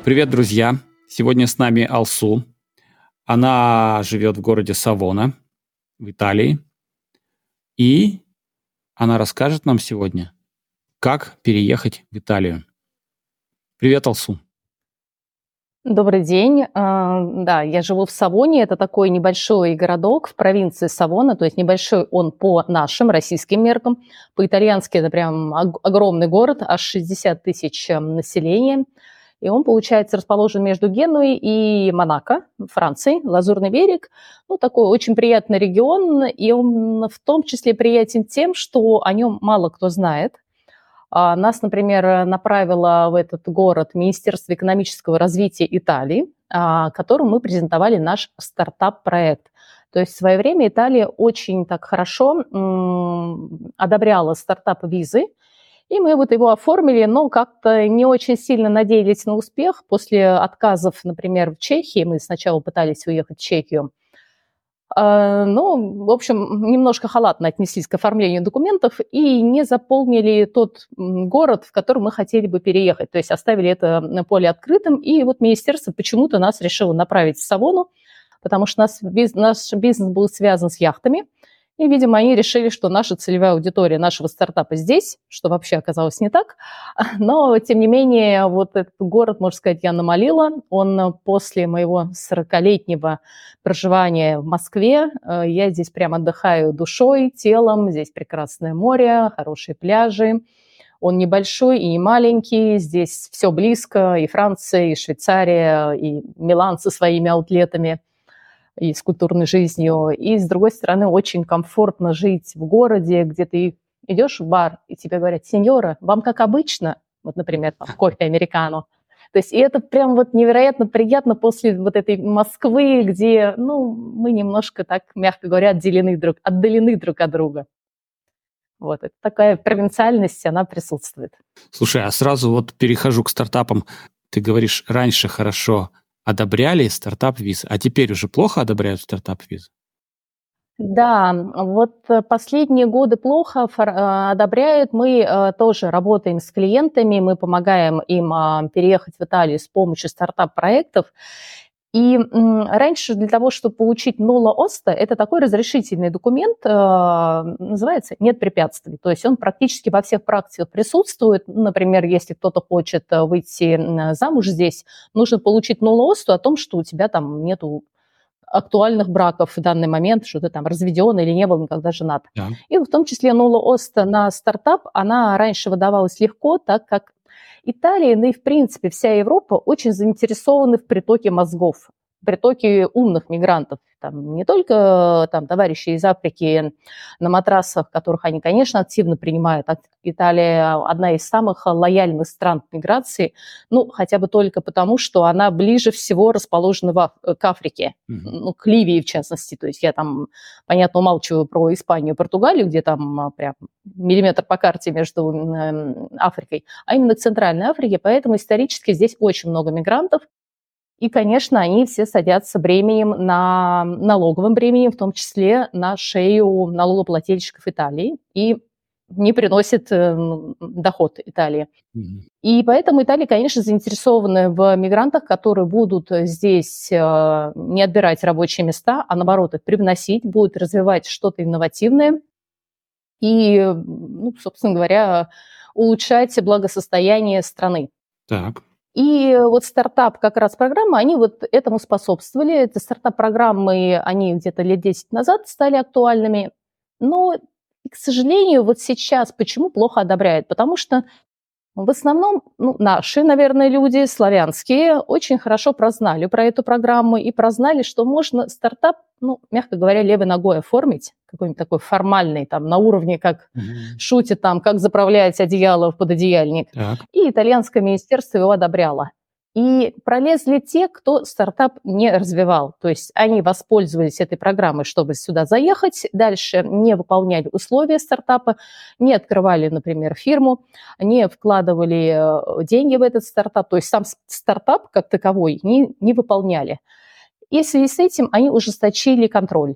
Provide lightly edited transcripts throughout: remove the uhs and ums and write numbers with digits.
Привет, друзья! Сегодня с нами Алсу. Она живет в городе Савона в Италии. И она расскажет нам сегодня, как переехать в Италию. Привет, Алсу! Добрый день. Да, я живу в Савоне. Это такой небольшой городок в провинции Савона. То есть небольшой он по нашим российским меркам. По-итальянски это прям огромный город, аж 60 тысяч населения. И он, получается, расположен между Генуей и Монако, Францией, Лазурный берег. Ну, такой очень приятный регион. И он в том числе приятен тем, что о нем мало кто знает. Нас, например, направило в этот город Министерство экономического развития Италии, которому мы презентовали наш стартап-проект. То есть в свое время Италия очень так хорошо одобряла стартап-визы, и мы вот его оформили, но как-то не очень сильно надеялись на успех. После отказов, например, в Чехии, мы сначала пытались уехать в Чехию, ну, в общем, немножко халатно отнеслись к оформлению документов и не заполнили тот город, в который мы хотели бы переехать. То есть оставили это поле открытым. И вот министерство почему-то нас решило направить в Савону, потому что наш бизнес был связан с яхтами. И, видимо, они решили, что наша целевая аудитория нашего стартапа здесь, что вообще оказалось не так. Но, тем не менее, вот этот город, можно сказать, я намолила. Он после моего 40-летнего проживания в Москве, я здесь прям отдыхаю душой, телом. Здесь прекрасное море, хорошие пляжи. Он небольшой и не маленький. Здесь все близко. И Франция, и Швейцария, и Милан со своими аутлетами и с культурной жизнью. И, с другой стороны, очень комфортно жить в городе, где ты идешь в бар, и тебе говорят: сеньора, вам как обычно? Вот, например, там, кофе американо. То есть и это прям вот невероятно приятно после вот этой Москвы, где, ну, мы немножко так, мягко говоря, отделены друг от друга. Вот, это такая провинциальность, она присутствует. Слушай, а сразу вот перехожу к стартапам. Ты говоришь, раньше хорошо одобряли стартап-визы, а теперь уже плохо одобряют стартап-визы? Да, вот последние годы плохо одобряют. Мы тоже работаем с клиентами, мы помогаем им переехать в Италию с помощью стартап-проектов. И раньше для того, чтобы получить нула оста, это такой разрешительный документ, называется «нет препятствий». То есть он практически во всех практиках присутствует. Например, если кто-то хочет выйти замуж здесь, нужно получить нула осту о том, что у тебя там нету актуальных браков в данный момент, что ты там разведен или не был никогда женат. Да. И в том числе нула оста на стартап, она раньше выдавалась легко, так как Италия, ну и в принципе вся Европа очень заинтересованы в притоке мозгов, в притоке умных мигрантов. Там не только там товарищи из Африки на матрасах, которых они, конечно, активно принимают. Италия одна из самых лояльных стран миграции, ну, хотя бы только потому, что она ближе всего расположена к Африке, ну, к Ливии в частности. То есть я там, понятно, умалчиваю про Испанию и Португалию, где там прям миллиметр по карте между Африкой, а именно к Центральной Африке. Поэтому исторически здесь очень много мигрантов. И, конечно, они все садятся бременем, налоговым бременем, в том числе на шею налогоплательщиков Италии, и не приносят доход Италии. И поэтому Италия, конечно, заинтересована в мигрантах, которые будут здесь не отбирать рабочие места, а наоборот их привносить, будут развивать что-то инновативное и, ну, собственно говоря, улучшать благосостояние страны. Так. И вот стартап как раз программы, они вот этому способствовали. Это стартап-программы, они где-то лет 10 назад стали актуальными. Но, к сожалению, вот сейчас почему плохо одобряют? Потому что в основном, ну, наши, наверное, люди, славянские, очень хорошо прознали про эту программу и прознали, что можно стартап, ну, мягко говоря, левой ногой оформить, какой-нибудь такой формальный, там, на уровне, как шутит там, как заправлять одеяло в пододеяльник. Так. И итальянское министерство его одобряло. И пролезли те, кто стартап не развивал. То есть они воспользовались этой программой, чтобы сюда заехать, дальше не выполняли условия стартапа, не открывали, например, фирму, не вкладывали деньги в этот стартап, то есть сам стартап как таковой не выполняли. И в связи с этим они ужесточили контроль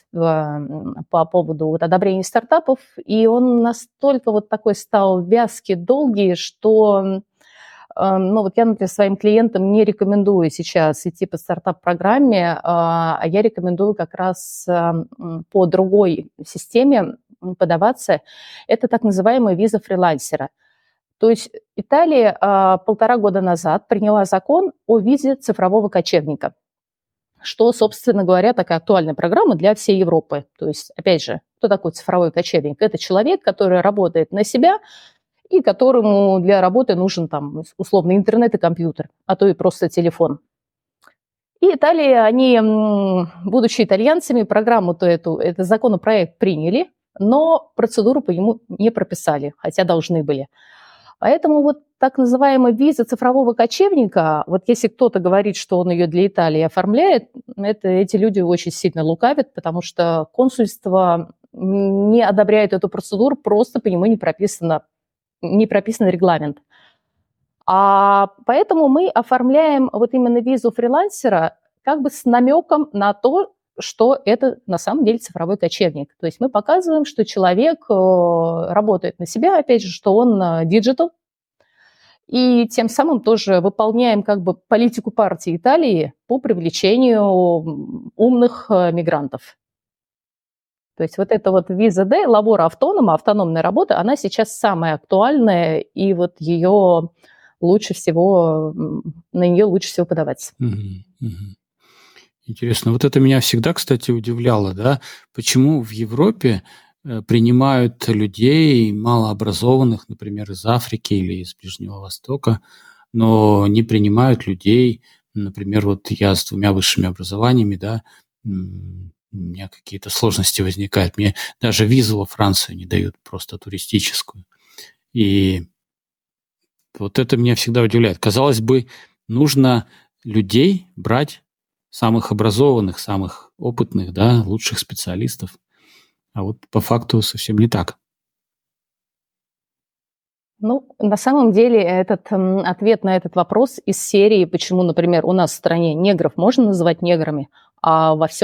по поводу вот одобрения стартапов, и он настолько вот такой стал вязкий, долгий, что Ну, вот я, например, своим клиентам не рекомендую сейчас идти по стартап-программе, а я рекомендую как раз по другой системе подаваться. Это так называемая виза фрилансера. То есть Италия 1,5 года назад приняла закон о визе цифрового кочевника, что, собственно говоря, такая актуальная программа для всей Европы. То есть, опять же, кто такой цифровой кочевник? Это человек, который работает на себя и которому для работы нужен там условно интернет и компьютер, а то и просто телефон. И Италия, они, будучи итальянцами, программу-то этот законопроект приняли, но процедуру по нему не прописали, хотя должны были. Поэтому вот так называемая виза цифрового кочевника, вот если кто-то говорит, что он ее для Италии оформляет, эти люди очень сильно лукавят, потому что консульство не одобряет эту процедуру, просто по нему не прописан регламент. Поэтому мы оформляем вот именно визу фрилансера как бы с намеком на то, что это на самом деле цифровой кочевник. То есть мы показываем, что человек работает на себя, опять же, что он диджитал, и тем самым тоже выполняем как бы политику партии Италии по привлечению умных мигрантов. То есть вот эта вот виза D, лабора автонома, автономная работа, она сейчас самая актуальная, и вот ее лучше всего, на нее лучше всего подаваться. Интересно. Вот это меня всегда, кстати, удивляло, да? Почему в Европе принимают людей малообразованных, например, из Африки или из Ближнего Востока, но не принимают людей, например, вот я с 2 высшими образованиями, да, у меня какие-то сложности возникают. Мне даже визу во Францию не дают, просто туристическую. И вот это меня всегда удивляет. Казалось бы, нужно людей брать самых образованных, самых опытных, да, лучших специалистов. А вот по факту совсем не так. Ну, на самом деле, ответ на этот вопрос из серии, почему, например, у нас в стране негров можно называть неграми, а в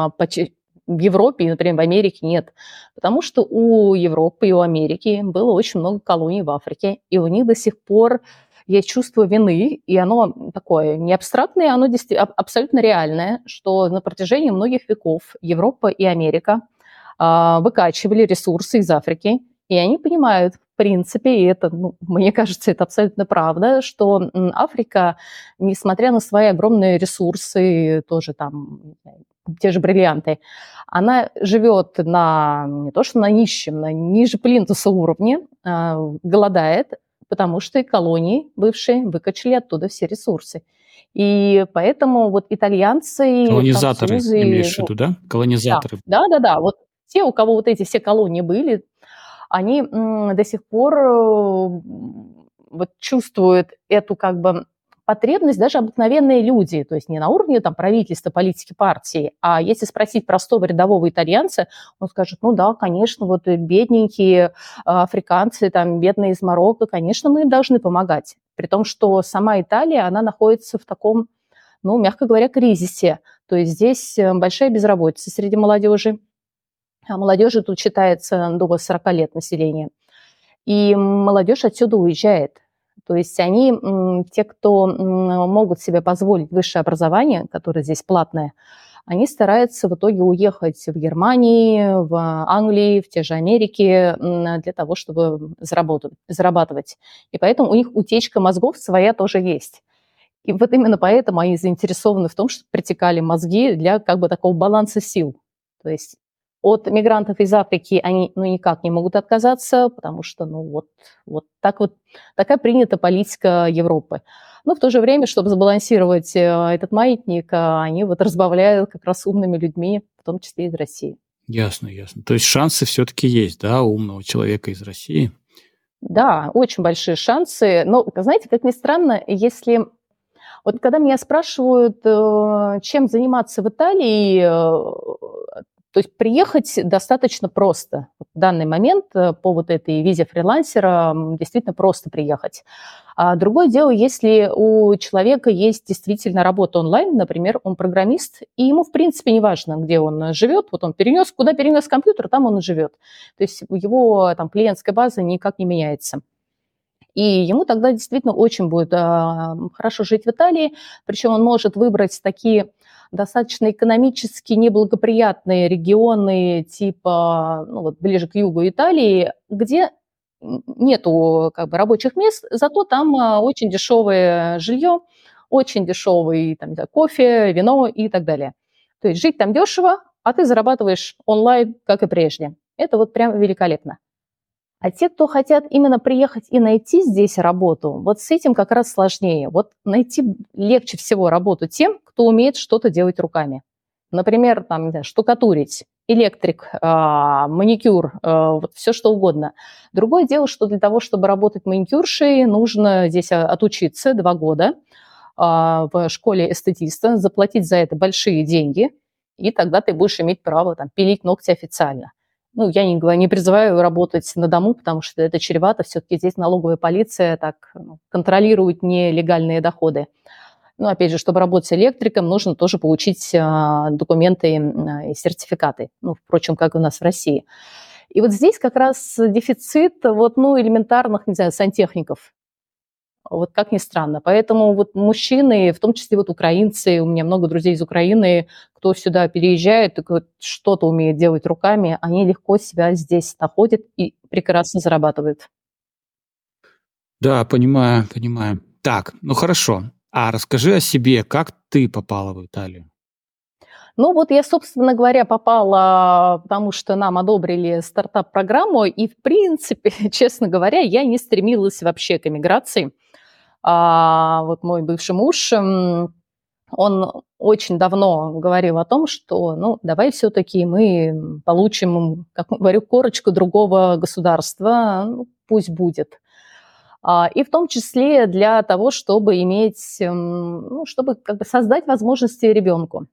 Европе, например, в Америке нет. Потому что у Европы и у Америки было очень много колоний в Африке, и у них до сих пор есть чувство вины, и оно такое не абстрактное, оно абсолютно реальное, что на протяжении многих веков Европа и Америка выкачивали ресурсы из Африки, и они понимают, в принципе, и это, мне кажется, это абсолютно правда, что Африка, несмотря на свои огромные ресурсы, тоже там те же бриллианты, она живет не то что на нищем, на ниже плинтуса уровне, голодает, потому что и колонии бывшие выкачали оттуда все ресурсы. И поэтому вот итальянцы, колонизаторы, французы... имеешь в виду, да? Колонизаторы. Да. Вот те, у кого вот эти все колонии были, они до сих пор вот чувствуют эту как бы потребность, даже обыкновенные люди, то есть не на уровне там правительства, политики, партии, а если спросить простого рядового итальянца, он скажет, ну да, конечно, вот бедненькие африканцы, там, бедные из Марокко, конечно, мы им должны помогать. При том, что сама Италия, она находится в таком, мягко говоря, кризисе. То есть здесь большая безработица среди молодежи. А молодежи тут считается до 40 лет населения. И молодежь отсюда уезжает. То есть они, те, кто могут себе позволить высшее образование, которое здесь платное, они стараются в итоге уехать в Германию, в Англию, в те же Америки для того, чтобы зарабатывать. И поэтому у них утечка мозгов своя тоже есть. И вот именно поэтому они заинтересованы в том, чтобы притекали мозги для как бы такого баланса сил. То есть от мигрантов из Африки они никак не могут отказаться, потому что такая принята политика Европы. Но в то же время, чтобы сбалансировать этот маятник, они вот разбавляют как раз умными людьми, в том числе из России. Ясно. То есть шансы все-таки есть, да, у умного человека из России? Да, очень большие шансы. Но, знаете, как ни странно, если... Вот когда меня спрашивают, чем заниматься в Италии, то есть приехать достаточно просто. В данный момент по вот этой визе фрилансера действительно просто приехать. А другое дело, если у человека есть действительно работа онлайн, например, он программист, и ему, в принципе, не важно, где он живет, вот он куда перенес компьютер, там он и живет. То есть его там клиентская база никак не меняется. и ему тогда действительно очень будет хорошо жить в Италии, причем он может выбрать такие достаточно экономически неблагоприятные регионы, типа ближе к югу Италии, где нету рабочих мест, зато там очень дешевое жилье, очень дешевый кофе, вино и так далее. То есть жить там дешево, а ты зарабатываешь онлайн, как и прежде. Это прям великолепно. А те, кто хотят именно приехать и найти здесь работу, с этим как раз сложнее. Найти легче всего работу тем, кто умеет что-то делать руками. Например, штукатурить, электрик, маникюр, все что угодно. Другое дело, что для того, чтобы работать маникюршей, нужно здесь отучиться 2 года в школе эстетиста, заплатить за это большие деньги, и тогда ты будешь иметь право пилить ногти официально. Я не призываю работать на дому, потому что это чревато. Все-таки здесь налоговая полиция контролирует нелегальные доходы. Опять же, чтобы работать электриком, нужно тоже получить документы и сертификаты. Впрочем, как у нас в России. И здесь как раз дефицит элементарных, сантехников. Как ни странно. Поэтому мужчины, в том числе украинцы, у меня много друзей из Украины, кто сюда переезжает и что-то умеет делать руками, они легко себя здесь находят и прекрасно зарабатывают. Да, понимаю. Так, хорошо. А расскажи о себе, как ты попала в Италию? Я, собственно говоря, попала, потому что нам одобрили стартап-программу, и, в принципе, честно говоря, я не стремилась вообще к эмиграции. Мой бывший муж, он очень давно говорил о том, что, давай все-таки мы получим, как говорю, корочку другого государства, пусть будет. И в том числе для того, чтобы иметь, чтобы создать возможности ребенку.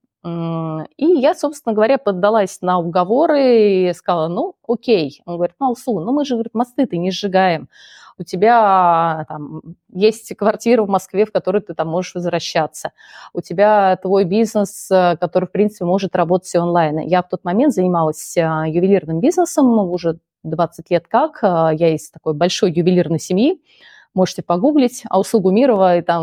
И я, собственно говоря, поддалась на уговоры и сказала, окей. Он говорит, Алсу, мы же, мосты-то не сжигаем. У тебя есть квартира в Москве, в которой ты можешь возвращаться. У тебя твой бизнес, который, в принципе, может работать онлайн. Я в тот момент занималась ювелирным бизнесом, уже 20 лет как. Я из такой большой ювелирной семьи. Можете погуглить Алсу Гумирова, и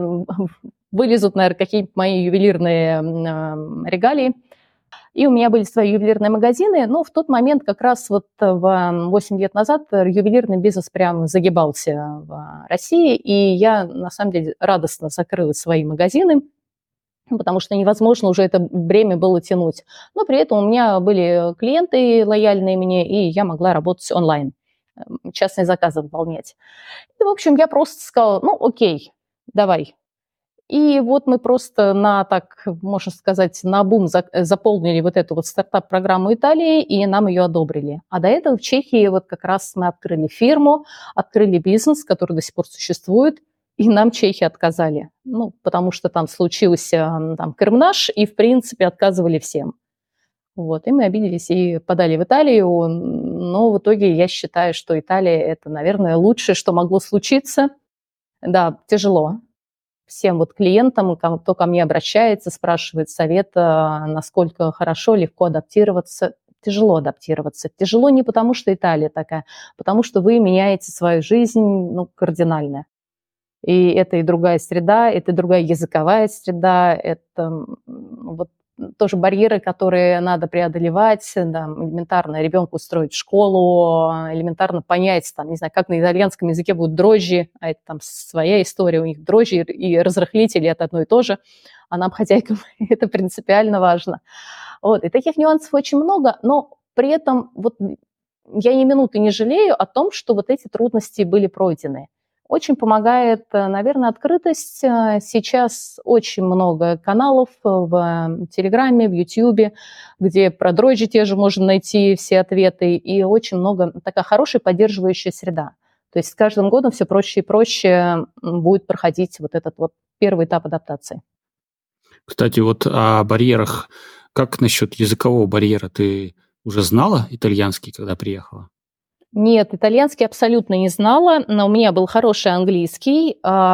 вылезут, наверное, какие-нибудь мои ювелирные регалии. И у меня были свои ювелирные магазины, но в тот момент, как раз 8 лет назад, ювелирный бизнес прям загибался в России, и я, на самом деле, радостно закрыла свои магазины, потому что невозможно уже это бремя было тянуть. Но при этом у меня были клиенты лояльные мне, и я могла работать онлайн, частные заказы выполнять. И, в общем, я просто сказала, окей, давай. И мы просто можно сказать, наобум заполнили эту стартап-программу Италии, и нам ее одобрили. А до этого в Чехии как раз мы открыли фирму, открыли бизнес, который до сих пор существует, и нам чехи отказали. Потому что там случился криминаж, и, в принципе, отказывали всем. И мы обиделись и подали в Италию, но в итоге я считаю, что Италия – это, наверное, лучшее, что могло случиться. Да, тяжело. Всем клиентам, кто ко мне обращается, спрашивает совета, насколько хорошо, легко адаптироваться. Тяжело адаптироваться. Тяжело не потому, что Италия такая, потому что вы меняете свою жизнь кардинально. И это и другая среда, это и другая языковая среда, это тоже барьеры, которые надо преодолевать, элементарно ребенку устроить школу, элементарно понять, как на итальянском языке будут дрожжи, а это своя история, у них дрожжи и разрыхлители – это одно и то же, а нам, хозяйкам, это принципиально важно. И таких нюансов очень много, но при этом я ни минуты не жалею о том, что эти трудности были пройдены. Очень помогает, наверное, открытость. Сейчас очень много каналов в Телеграме, в Ютьюбе, где про дрожжи те же можно найти все ответы, и очень много такая хорошая поддерживающая среда. То есть с каждым годом все проще и проще будет проходить этот первый этап адаптации. Кстати, о барьерах. Как насчет языкового барьера? Ты уже знала итальянский, когда приехала? Нет, итальянский абсолютно не знала, но у меня был хороший английский,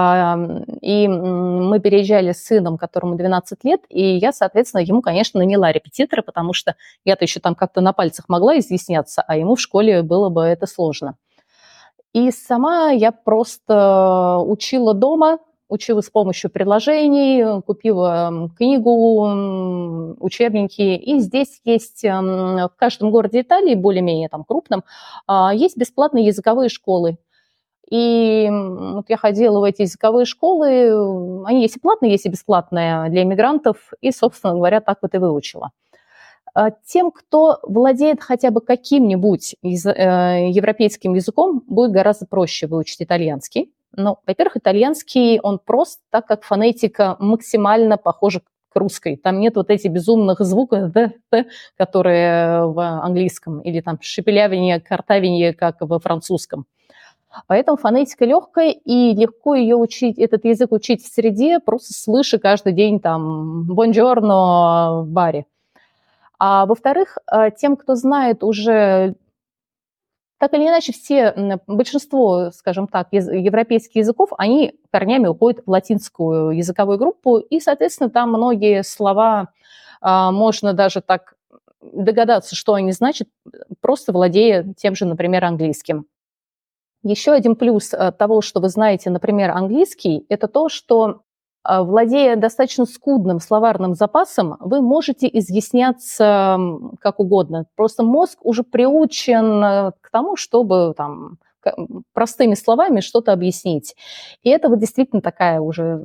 и мы переезжали с сыном, которому 12 лет, и я, соответственно, ему, конечно, наняла репетитора, потому что я-то еще как-то на пальцах могла изъясняться, а ему в школе было бы это сложно. И сама я просто учила дома, учила с помощью приложений, купила книгу, учебники. И здесь есть в каждом городе Италии, более-менее там крупном, есть бесплатные языковые школы. И вот я ходила в эти языковые школы, они есть и платные, есть и бесплатные для иммигрантов, и, собственно говоря, так вот и выучила. Тем, кто владеет хотя бы каким-нибудь европейским языком, будет гораздо проще выучить итальянский. Но, во-первых, итальянский, он прост, так как фонетика максимально похожа к русской. Там нет вот этих безумных звуков, которые в английском, или там шепелявение, картавение, как во французском. Поэтому фонетика легкая, и легко ее учить, этот язык учить в среде, просто слыша каждый день там «бонджорно» в баре. А во-вторых, тем, кто знает уже, так или иначе, большинство, скажем так, европейских языков, они корнями уходят в латинскую языковую группу, и, соответственно, там многие слова можно даже так догадаться, что они значат, просто владея тем же, например, английским. Еще один плюс того, что вы знаете, например, английский, это то, что, владея достаточно скудным словарным запасом, вы можете изъясняться как угодно. Просто мозг уже приучен к тому, чтобы там простыми словами что-то объяснить. И это вот действительно такая уже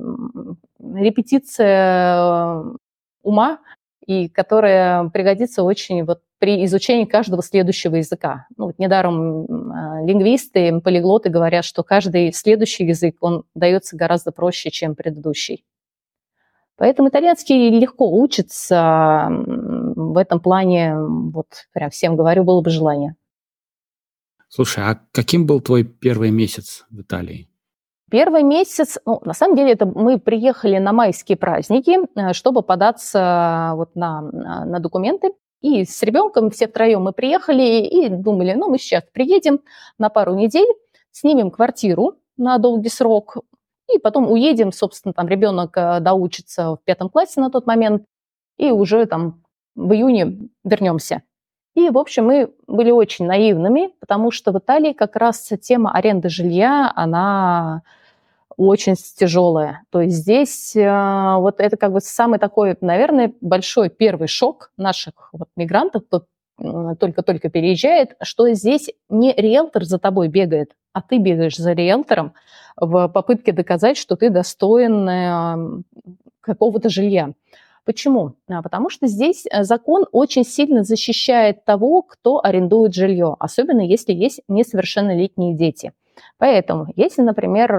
репетиция ума, и которая пригодится очень вот при изучении каждого следующего языка. Ну, вот недаром лингвисты, полиглоты говорят, что каждый следующий язык, он дается гораздо проще, чем предыдущий. Поэтому итальянский легко учится. В этом плане, вот прям всем говорю, было бы желание. Слушай, а каким был твой первый месяц в Италии? Первый месяц, ну, на самом деле, это мы приехали на майские праздники, чтобы податься вот на документы. И с ребенком все втроем мы приехали и думали, ну, мы сейчас приедем на пару недель, снимем квартиру на долгий срок, и потом уедем, собственно, там ребенок доучится в 5 классе на тот момент, и уже там в июне вернемся. И, в общем, мы были очень наивными, потому что в Италии как раз тема аренды жилья, она очень тяжелая. То есть здесь вот это как бы самый такой, наверное, большой первый шок наших вот мигрантов, кто только-только переезжает, что здесь не риэлтор за тобой бегает, а ты бегаешь за риэлтором в попытке доказать, что ты достоин какого-то жилья. Почему? Потому что здесь закон очень сильно защищает того, кто арендует жилье, особенно если есть несовершеннолетние дети. Поэтому, если, например,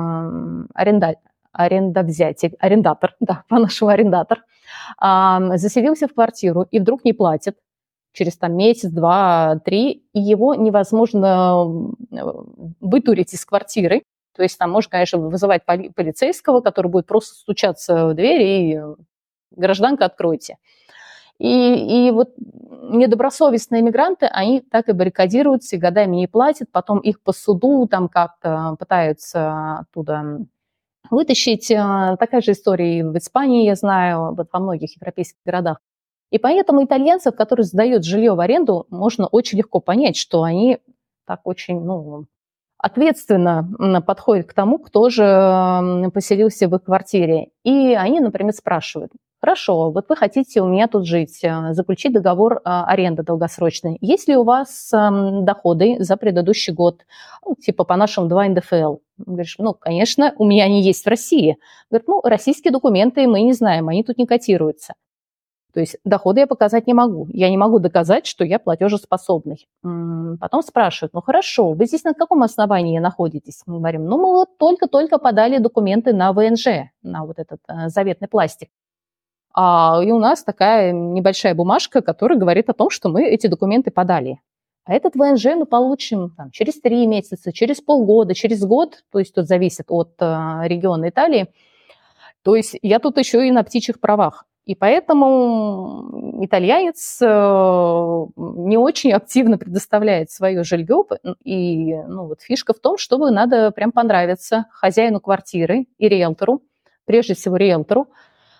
арендатор, да, по-нашему арендатор, заселился в квартиру и вдруг не платит через там, месяц, 2, 3, и его невозможно вытурить из квартиры. То есть там можно, конечно, вызывать полицейского, который будет просто стучаться в дверь и «гражданка, откройте». И вот недобросовестные мигранты, они так и баррикадируются, и годами не платят, потом их по суду там как-то пытаются оттуда вытащить. Такая же история и в Испании, я знаю, вот во многих европейских городах. И поэтому итальянцев, которые сдают жилье в аренду, можно очень легко понять, что они так очень, ответственно подходят к тому, кто же поселился в их квартире. И они, например, спрашивают: хорошо, вот вы хотите у меня тут жить, заключить договор аренды долгосрочной. Есть ли у вас доходы за предыдущий год? Ну, типа по нашим 2 НДФЛ. Говоришь, конечно, у меня они есть в России. Говорят, российские документы мы не знаем, они тут не котируются. То есть доходы я показать не могу. Я не могу доказать, что я платежеспособный. Потом спрашивают, хорошо, вы здесь на каком основании находитесь? Мы говорим, мы вот только-только подали документы на ВНЖ, на вот этот заветный пластик. И у нас такая небольшая бумажка, которая говорит о том, что мы эти документы подали. А этот ВНЖ мы получим через 3 месяца, через полгода, через год, то есть тут зависит от региона Италии. То есть я тут еще и на птичьих правах. И поэтому итальянец не очень активно предоставляет свое жилье. И фишка в том, чтобы надо прям понравиться хозяину квартиры и риэлтору, прежде всего риэлтору,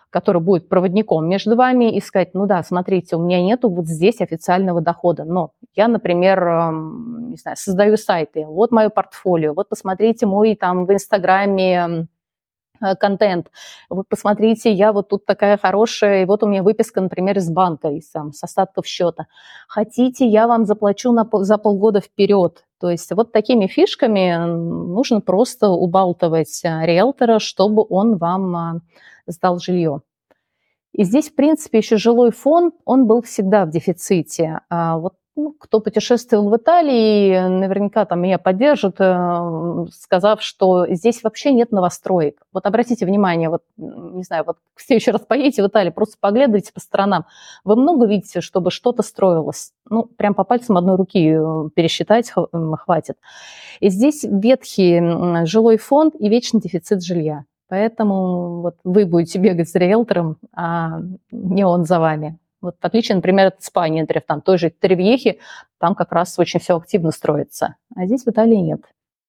который будет проводником между вами и сказать, ну да, смотрите, у меня нету вот здесь официального дохода, но я, например, не знаю, создаю сайты, вот мое портфолио, вот посмотрите мой там в Инстаграме контент, вот посмотрите, я вот тут такая хорошая, и вот у меня выписка, например, из банка, с остатков счета. Хотите, я вам заплачу за полгода вперед. То есть вот такими фишками нужно просто убалтывать риэлтора, чтобы он вам сдал жилье. И здесь, в принципе, еще жилой фонд, он был всегда в дефиците. Вот кто путешествовал в Италии, наверняка там меня поддержат, сказав, что здесь вообще нет новостроек. Вот обратите внимание, вот, не знаю, вот в следующий раз поедете в Италию, просто поглядывайте по сторонам. Вы много видите, чтобы что-то строилось? Ну, прям по пальцам одной руки пересчитать хватит. И здесь ветхий жилой фонд и вечный дефицит жилья. Поэтому вот вы будете бегать с риэлтором, а не он за вами. Вот в отличие, например, от Испании, например, там той же Торревьехи, там как раз очень все активно строится. А здесь в Италии нет.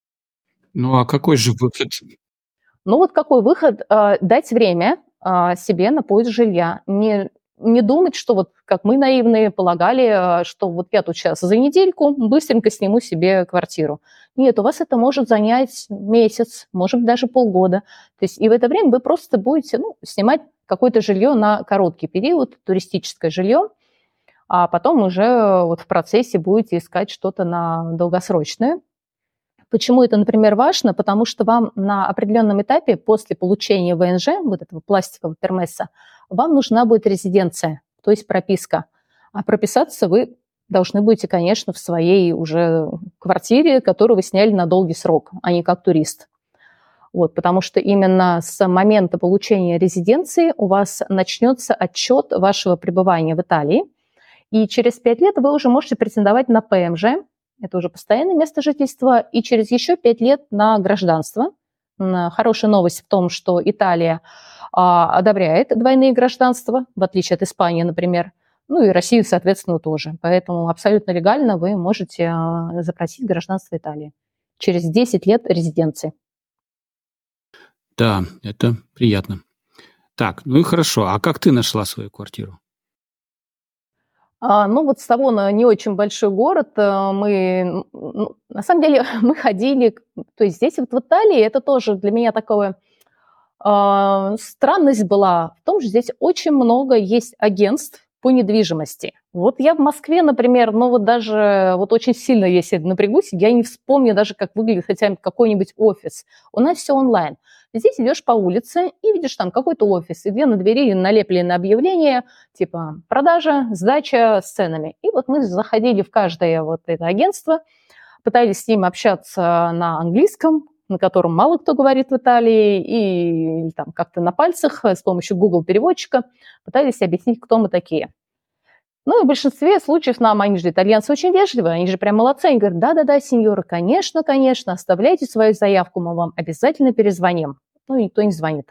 Ну, а какой же выход? Ну вот какой выход? Дать время себе на поиск жилья. Не думать, что вот как мы наивные полагали, что вот я тут сейчас за недельку быстренько сниму себе квартиру. Нет, у вас это может занять месяц, может даже полгода. То есть и в это время вы просто будете снимать какое-то жилье на короткий период, туристическое жилье, а потом уже вот в процессе будете искать что-то на долгосрочное. Почему это, например, важно? Потому что вам на определенном этапе после получения ВНЖ, вот этого пластикового пермеса, вам нужна будет резиденция, то есть прописка. А прописаться вы должны будете, конечно, в своей уже квартире, которую вы сняли на долгий срок, а не как турист. Вот, потому что именно с момента получения резиденции у вас начнется отчет вашего пребывания в Италии, и через 5 лет вы уже можете претендовать на ПМЖ, это уже постоянное место жительства, и через еще 5 лет на гражданство. Хорошая новость в том, что Италия одобряет двойные гражданства, в отличие от Испании, например. Ну и Россию, соответственно, тоже. Поэтому абсолютно легально вы можете запросить гражданство Италии через 10 лет резиденции. Да, это приятно. Так, ну и хорошо. А как ты нашла свою квартиру? Ну вот Савона не очень большой город. Мы, на самом деле, мы ходили, то есть здесь вот в Италии это тоже для меня такое странность была в том, что здесь очень много есть агентств по недвижимости. Вот я в Москве, например, вот даже вот очень сильно, если напрягусь, я не вспомню даже, как выглядит хотя бы какой-нибудь офис. У нас все онлайн. Здесь идешь по улице и видишь там какой-то офис, и где на двери налеплены объявления, типа продажа, сдача с ценами. И вот мы заходили в каждое вот это агентство, пытались с ним общаться на английском, на котором мало кто говорит в Италии, и там как-то на пальцах с помощью Google переводчика пытались объяснить, кто мы такие. Ну и в большинстве случаев они же итальянцы очень вежливые, они же прям молодцы, они говорят, да-да-да, сеньора, конечно, оставляйте свою заявку, мы вам обязательно перезвоним. Ну и никто не звонит.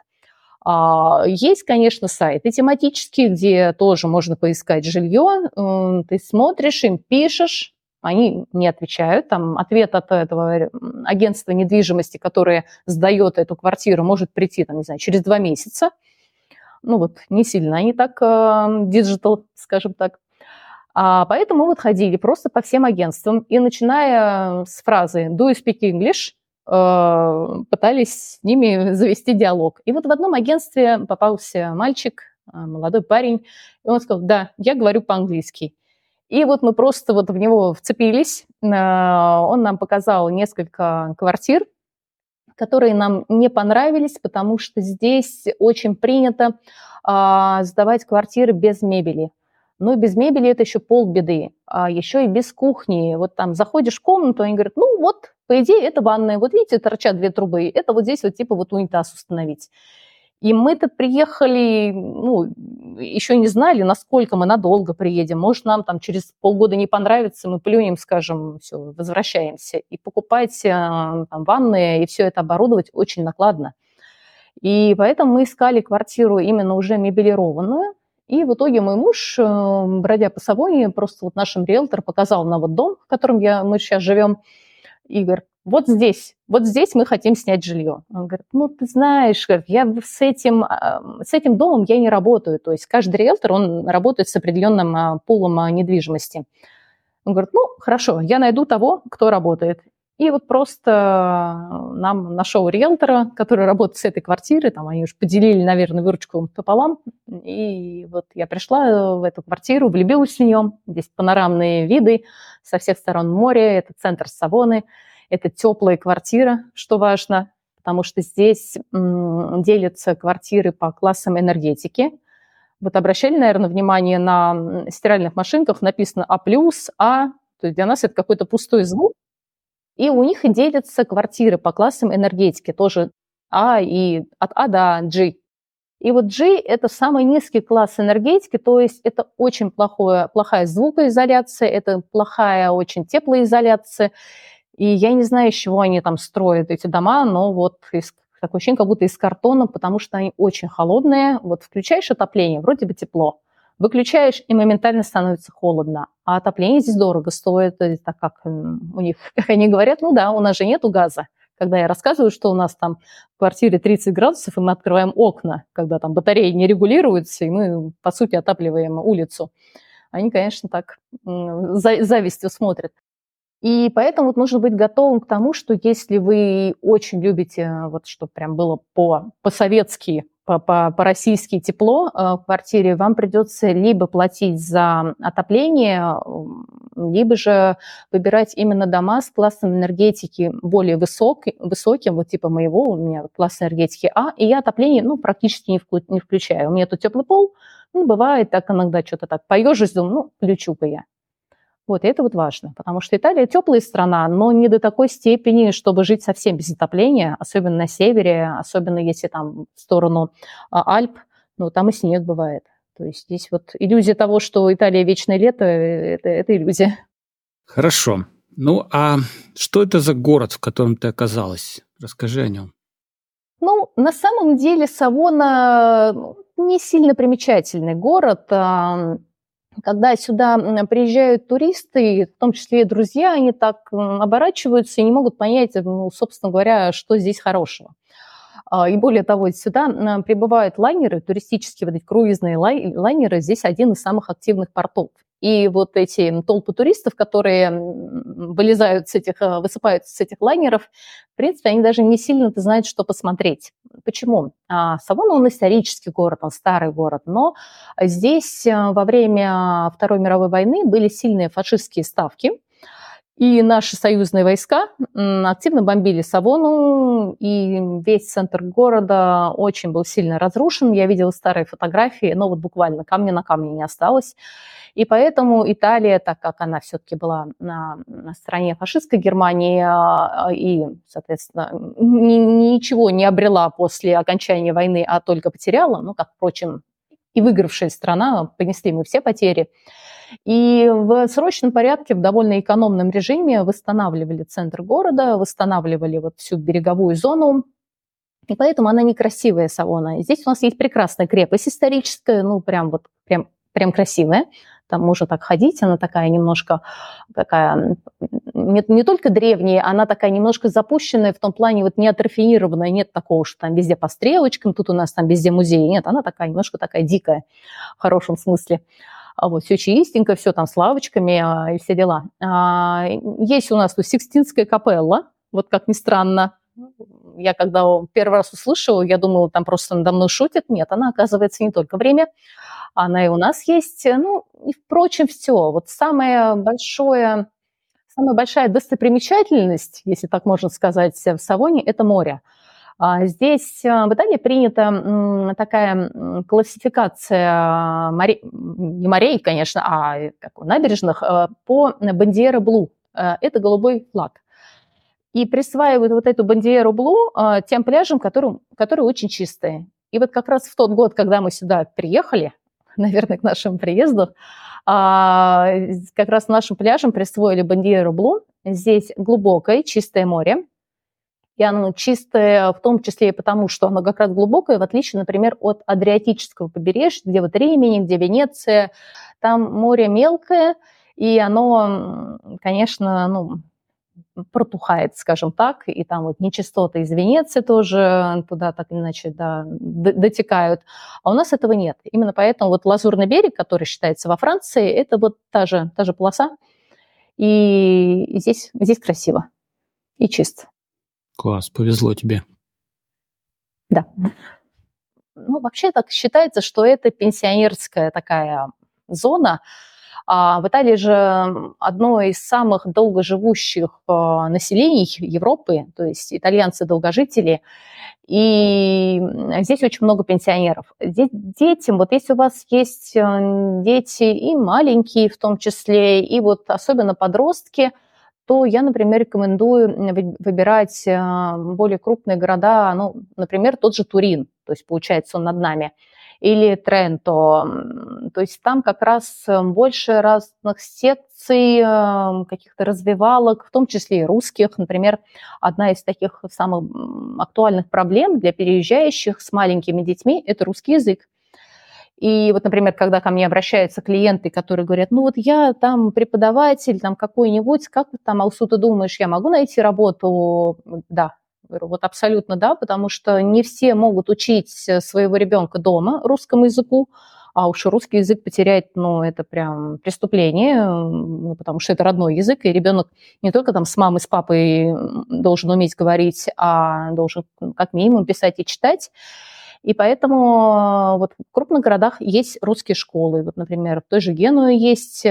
Есть, конечно, сайты тематические, где тоже можно поискать жилье, ты смотришь, им пишешь, они не отвечают, там ответ от этого агентства недвижимости, которое сдает эту квартиру, может прийти, там, не знаю, через 2 месяца. Ну вот не сильно они так диджитал, скажем так. Поэтому вот ходили просто по всем агентствам и, начиная с фразы «Do you speak English?», пытались с ними завести диалог. И вот в одном агентстве попался мальчик, молодой парень, и он сказал, да, я говорю по-английски. И вот мы просто вот в него вцепились, он нам показал несколько квартир, которые нам не понравились, потому что здесь очень принято сдавать квартиры без мебели. Но без мебели это еще полбеды, а еще и без кухни. Вот там заходишь в комнату, они говорят, ну вот, по идее, это ванная. Вот видите, торчат 2 трубы, это вот здесь вот типа вот унитаз установить. И мы-то приехали, еще не знали, насколько мы надолго приедем. Может, нам там через полгода не понравится, мы плюнем, скажем, все, возвращаемся. И покупать там ванны и все это оборудовать очень накладно. И поэтому мы искали квартиру именно уже мебелированную. И в итоге мой муж, бродя по Савонии, просто вот нашим риэлтор показал нам вот дом, в котором мы сейчас живем. И говорит, вот здесь мы хотим снять жилье. Он говорит, ну, ты знаешь, я с этим домом я не работаю. То есть каждый риэлтор, он работает с определенным пулом недвижимости. Он говорит, ну, хорошо, я найду того, кто работает. И вот просто нам нашел риэлтора, который работает с этой квартиры, там они уже поделили, наверное, выручку пополам, и вот я пришла в эту квартиру, влюбилась в нее, здесь панорамные виды, со всех сторон море, это центр Савоны, это теплая квартира, что важно, потому что здесь делятся квартиры по классам энергетики. Вот обращали, наверное, внимание, на стиральных машинках написано А+, А, то есть для нас это какой-то пустой звук. И у них и делятся квартиры по классам энергетики, тоже А и от А до G. И вот G – это самый низкий класс энергетики, то есть это очень плохая звукоизоляция, это плохая очень теплоизоляция. И я не знаю, из чего они там строят эти дома, но вот такое ощущение, как будто из картона, потому что они очень холодные. Вот включаешь отопление, вроде бы тепло. Выключаешь, и моментально становится холодно. А отопление здесь дорого стоит, так как у них, как они говорят, ну да, у нас же нету газа. Когда я рассказываю, что у нас там в квартире 30 градусов, и мы открываем окна, когда там батареи не регулируются, и мы, по сути, отапливаем улицу. Они, конечно, так завистью смотрят. И поэтому вот нужно быть готовым к тому, что если вы очень любите, вот чтобы прям было по-советски, по-российски тепло в квартире, вам придется либо платить за отопление, либо же выбирать именно дома с классом энергетики более высоким, вот типа моего, у меня класс энергетики А, и я отопление практически не включаю. У меня тут теплый пол, бывает так иногда что-то так поежусь, думаю, включу-ка я. Вот, и это вот важно, потому что Италия теплая страна, но не до такой степени, чтобы жить совсем без отопления, особенно на севере, особенно если там в сторону Альп, там и снег бывает. То есть здесь вот иллюзия того, что Италия вечное лето, это иллюзия. Хорошо. Ну, а что это за город, в котором ты оказалась? Расскажи о нем. На самом деле Савона не сильно примечательный город. Когда сюда приезжают туристы, в том числе и друзья, они так оборачиваются и не могут понять, собственно говоря, что здесь хорошего. И более того, сюда прибывают лайнеры, туристические вот эти круизные лайнеры, здесь один из самых активных портов. И вот эти толпы туристов, которые высыпаются с этих лайнеров, в принципе, они даже не сильно знают, что посмотреть. Почему? Савона, он исторический город, он старый город, но здесь во время Второй мировой войны были сильные фашистские ставки, и наши союзные войска активно бомбили Савону, и весь центр города очень был сильно разрушен. Я видела старые фотографии, но вот буквально камня на камне не осталось. И поэтому Италия, так как она все-таки была на стороне фашистской Германии и, соответственно, ничего не обрела после окончания войны, а только потеряла, как, впрочем, и выигравшая страна, понесли мы все потери. И в срочном порядке, в довольно экономном режиме восстанавливали центр города, восстанавливали вот всю береговую зону. И поэтому она некрасивая, Савона. Здесь у нас есть прекрасная крепость историческая, прям красивая. Там можно так ходить, она такая немножко не только древняя, она такая немножко запущенная, в том плане вот не атрофинированная, нет такого, что там везде по стрелочкам, тут у нас там везде музей, нет, она такая немножко такая дикая в хорошем смысле. Вот, все чистенько, все там с лавочками и все дела. Есть у нас тут Сикстинская капелла, вот как ни странно. Я когда первый раз услышала, я думала, там просто надо мной шутят. Нет, она, оказывается, не только время, она и у нас есть. И, впрочем, все. Вот самая большая достопримечательность, если так можно сказать, в Савоне – это море. Здесь в Италии принята такая классификация не морей, конечно, а набережных по Бандиера Блу. Это голубой флаг. И присваивают вот эту Бандиеру Блу тем пляжам, которые очень чистые. И вот как раз в тот год, когда мы сюда приехали, наверное, к нашему приезду, как раз нашим пляжам присвоили Бандиеру Блу. Здесь глубокое, чистое море. И оно чистое в том числе и потому, что оно как раз глубокое, в отличие, например, от Адриатического побережья, где вот Римини, где Венеция. Там море мелкое, и оно, конечно, протухает, скажем так, и там вот нечистоты из Венеции тоже туда так или иначе дотекают. А у нас этого нет. Именно поэтому вот Лазурный берег, который считается во Франции, это вот та же полоса, и здесь красиво и чисто. Класс, повезло тебе. Да. Ну, вообще так считается, что это пенсионерская такая зона. В Италии же одно из самых долгоживущих населений Европы, то есть итальянцы долгожители, и здесь очень много пенсионеров. Детям, вот если у вас есть дети и маленькие в том числе, и вот особенно подростки, то я, например, рекомендую выбирать более крупные города, ну, например, тот же Турин, то есть, получается, он над нами, или Тренто. То есть там как раз больше разных секций, каких-то развивалок, в том числе и русских. Например, одна из таких самых актуальных проблем для переезжающих с маленькими детьми – это русский язык. И вот, например, когда ко мне обращаются клиенты, которые говорят, ну вот я там преподаватель там какой-нибудь, как там, Алсу, ты думаешь, я могу найти работу? Да, вот абсолютно да, потому что не все могут учить своего ребенка дома русскому языку, а уж русский язык потерять, ну, это прям преступление, ну, потому что это родной язык, и ребенок не только там с мамой, с папой должен уметь говорить, а должен как минимум писать и читать. И поэтому вот в крупных городах есть русские школы. Вот, например, в той же Генуе есть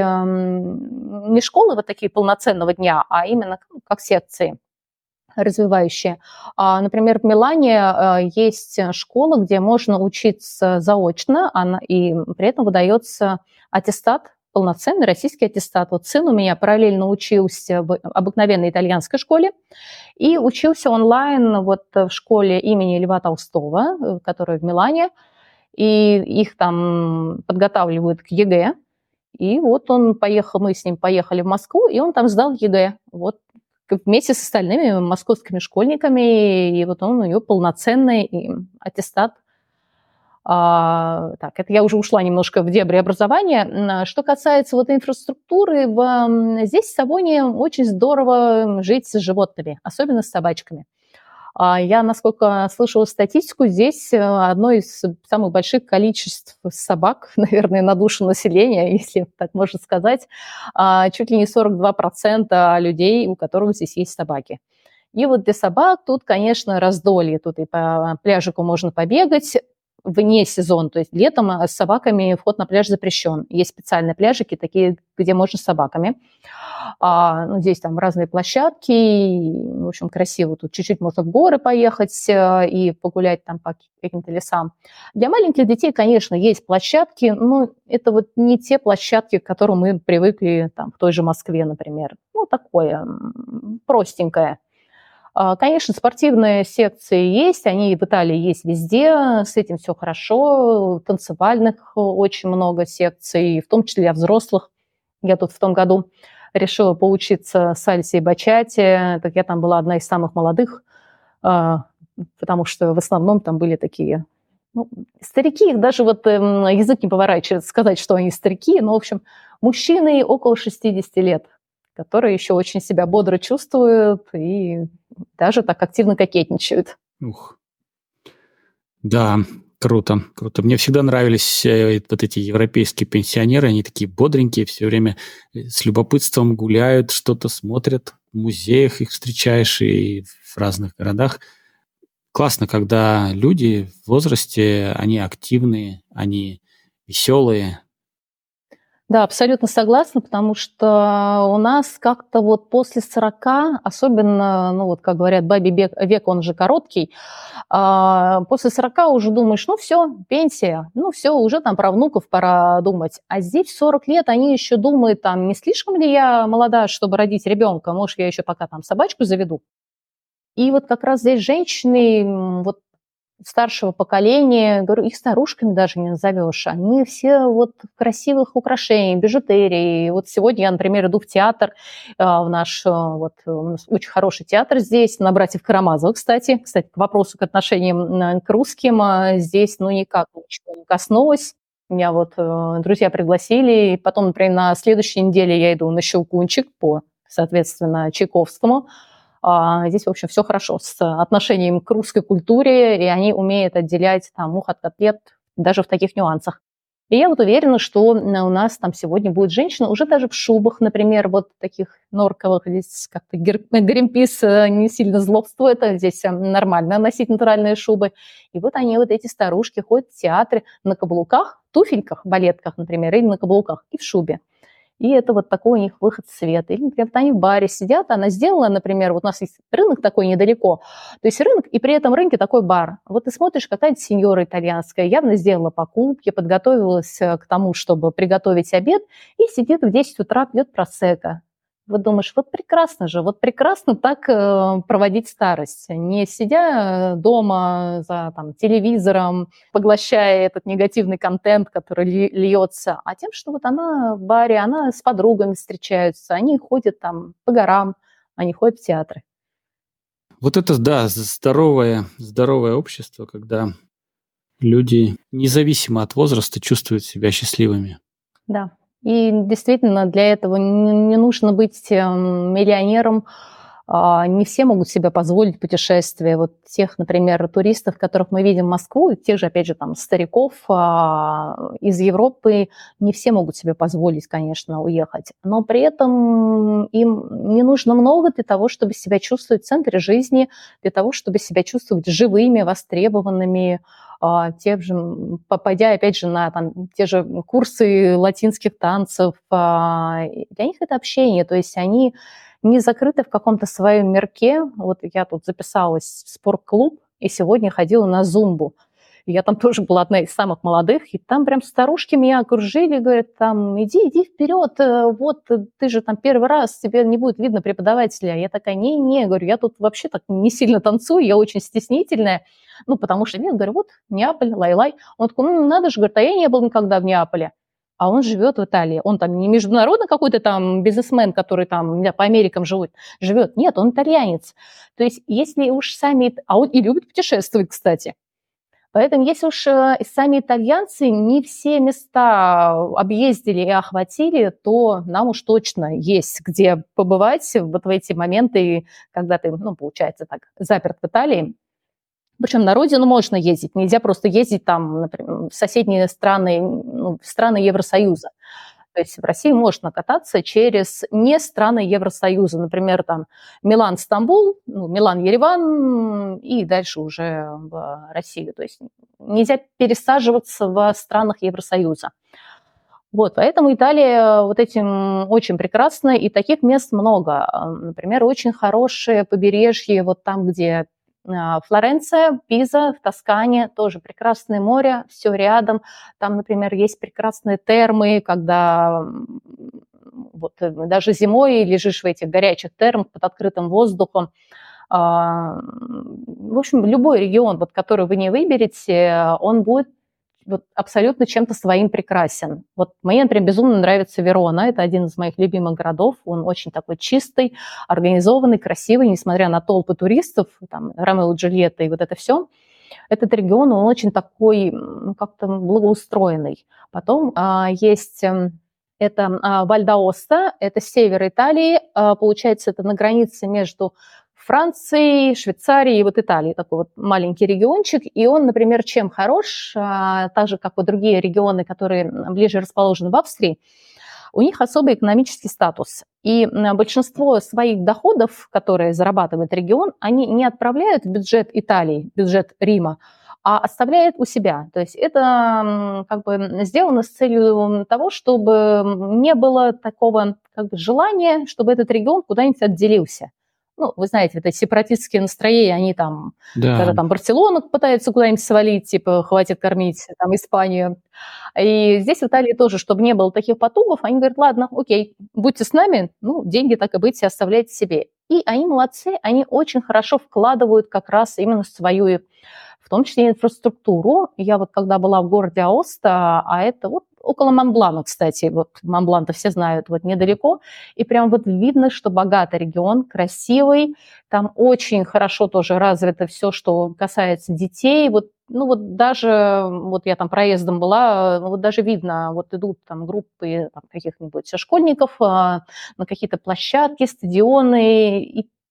не школы вот такие полноценного дня, а именно как секции развивающие. Например, в Милане есть школа, где можно учиться заочно, и при этом выдается аттестат, полноценный российский аттестат. Вот сын у меня параллельно учился в обыкновенной итальянской школе и учился онлайн вот в школе имени Льва Толстого, которая в Милане, и их там подготавливают к ЕГЭ. И вот мы с ним поехали в Москву, и он там сдал ЕГЭ. Вот вместе с остальными московскими школьниками, и вот он у него полноценный аттестат. Так, это я уже ушла немножко в дебри образования. Что касается вот инфраструктуры, здесь в Савоне очень здорово жить с животными, особенно с собачками. Я, насколько слышала статистику, здесь одно из самых больших количеств собак, наверное, на душу населения, если так можно сказать, чуть ли не 42% людей, у которых здесь есть собаки. И вот для собак тут, конечно, раздолье. Тут и по пляжику можно побегать вне сезона, то есть летом с собаками вход на пляж запрещен. Есть специальные пляжики, такие, где можно с собаками. Здесь там разные площадки, и, в общем, красиво. Тут чуть-чуть можно в горы поехать и погулять там по каким-то лесам. Для маленьких детей, конечно, есть площадки, но это вот не те площадки, к которым мы привыкли там в той же Москве, например. Ну, такое простенькое. Конечно, спортивные секции есть, они в Италии есть везде, с этим все хорошо, танцевальных очень много секций, в том числе для взрослых. Я тут в том году решила поучиться сальсе и бачате, так я там была одна из самых молодых, потому что в основном там были такие старики, их даже вот язык не поворачивается сказать, что они старики, но, в общем, мужчины около 60 лет, которые еще очень себя бодро чувствуют и даже так активно кокетничают. Ух. Да, круто, круто. Мне всегда нравились вот эти европейские пенсионеры, они такие бодренькие, все время с любопытством гуляют, что-то смотрят, в музеях их встречаешь и в разных городах. Классно, когда люди в возрасте, они активные, они веселые. Да, абсолютно согласна, потому что у нас как-то вот после 40, особенно, как говорят, бабий век, он же короткий, после 40 уже думаешь, все, пенсия, все, уже там про внуков пора думать. А здесь в 40 лет они еще думают, там, не слишком ли я молода, чтобы родить ребенка, может, я еще пока там собачку заведу. И вот как раз здесь женщины, вот старшего поколения, говорю, их старушками даже не назовешь. Они все вот в красивых украшениях, бижутерии. Вот сегодня я, например, иду в театр, у нас очень хороший театр здесь, на братьев Карамазовых, кстати, к вопросу к отношениям к русским, здесь, никак ничего не коснулось. Меня вот друзья пригласили, и потом, например, на следующей неделе я иду на Щелкунчик по, соответственно, Чайковскому. Здесь, в общем, все хорошо с отношением к русской культуре, и они умеют отделять там мух от котлет даже в таких нюансах. И я вот уверена, что у нас там сегодня будет женщина уже даже в шубах, например, вот таких норковых. Здесь как-то Гринпис не сильно злобствует, здесь нормально носить натуральные шубы. И вот они, вот эти старушки, ходят в театры на каблуках, туфельках, балетках, например, или на каблуках и в шубе. И это вот такой у них выход в свет. Или, например, они в баре сидят, она сделала, например, вот у нас есть рынок такой недалеко, то есть рынок, и при этом рынке такой бар. Вот ты смотришь, какая-то сеньора итальянская явно сделала покупки, подготовилась к тому, чтобы приготовить обед, и сидит в 10 утра, пьет просекко. Вот думаешь, вот прекрасно же, вот прекрасно так проводить старость, не сидя дома за там, телевизором, поглощая этот негативный контент, который льется, а тем, что вот она в баре, она с подругами встречаются, они ходят там по горам, они ходят в театры. Вот это, да, здоровое общество, когда люди, независимо от возраста, чувствуют себя счастливыми. Да. И действительно, для этого не нужно быть миллионером. Не все могут себе позволить путешествия. Вот тех, например, туристов, которых мы видим в Москву, тех же, опять же, там, стариков из Европы, не все могут себе позволить, конечно, уехать. Но при этом им не нужно много для того, чтобы себя чувствовать в центре жизни, для того, чтобы себя чувствовать живыми, востребованными, попадя, опять же, на там, те же курсы латинских танцев. Для них это общение, то есть они не закрыты в каком-то своем мирке. Вот я тут записалась в спортклуб, и сегодня ходила на зумбу. Я там тоже была одна из самых молодых, и там прям старушки меня окружили, говорят, там, иди вперед, вот ты же там первый раз, тебе не будет видно преподавателя. Я такая, не, говорю, я тут вообще так не сильно танцую, я очень стеснительная, потому что нет, говорю, вот Неаполь, лай-лай. Он такой, надо же, говорит, а я не был никогда в Неаполе. А он живет в Италии. Он там не международный какой-то там бизнесмен, который там по Америкам живет. Нет, он итальянец. То есть если уж сами... А он и любит путешествовать, кстати. Поэтому если уж сами итальянцы не все места объездили и охватили, то нам уж точно есть где побывать вот в эти моменты, когда ты, получается так, заперт в Италии. Причем на родину можно ездить, нельзя просто ездить там, например, в соседние страны, в страны Евросоюза. То есть в России можно кататься через не страны Евросоюза, например, там Милан-Стамбул, Милан-Ереван и дальше уже в Россию. То есть нельзя пересаживаться в странах Евросоюза. Вот, поэтому Италия вот этим очень прекрасна, и таких мест много. Например, очень хорошее побережье вот там, где Флоренция, Пиза, в Тоскане, тоже прекрасное море, все рядом. Там, например, есть прекрасные термы, когда вот даже зимой лежишь в этих горячих термах под открытым воздухом. В общем, любой регион, вот, который вы не выберете, он будет вот абсолютно чем-то своим прекрасен. Вот мне, например, безумно нравится Верона. Это один из моих любимых городов. Он очень такой чистый, организованный, красивый, несмотря на толпы туристов, там, Ромео и Джульетта и вот это все. Этот регион, он очень такой, как-то благоустроенный. Потом есть... Это Валь д'Аоста, это север Италии. Получается, это на границе между Франции, Швейцарии и вот Италии, такой вот маленький региончик, и он, например, чем хорош, так же, как и другие регионы, которые ближе расположены в Австрии, у них особый экономический статус. И большинство своих доходов, которые зарабатывает регион, они не отправляют в бюджет Италии, бюджет Рима, а оставляет у себя. То есть это как бы сделано с целью того, чтобы не было такого как бы желания, чтобы этот регион куда-нибудь отделился. Вы знаете, это сепаратистские настроения, они там, когда там Барселону пытаются куда-нибудь свалить, типа, хватит кормить там Испанию. И здесь в Италии тоже, чтобы не было таких потугов, они говорят, ладно, окей, будьте с нами, деньги так и быть, оставляйте себе. И они молодцы, они очень хорошо вкладывают как раз именно свою, в том числе инфраструктуру. Я вот когда была в городе Аоста, а это вот около Монблана, кстати, вот Монблан-то все знают, вот недалеко, и прям вот видно, что богатый регион, красивый, там очень хорошо тоже развито все, что касается детей, вот даже, вот я там проездом была, вот даже видно, вот идут там группы там, каких-нибудь школьников на какие-то площадки, стадионы, и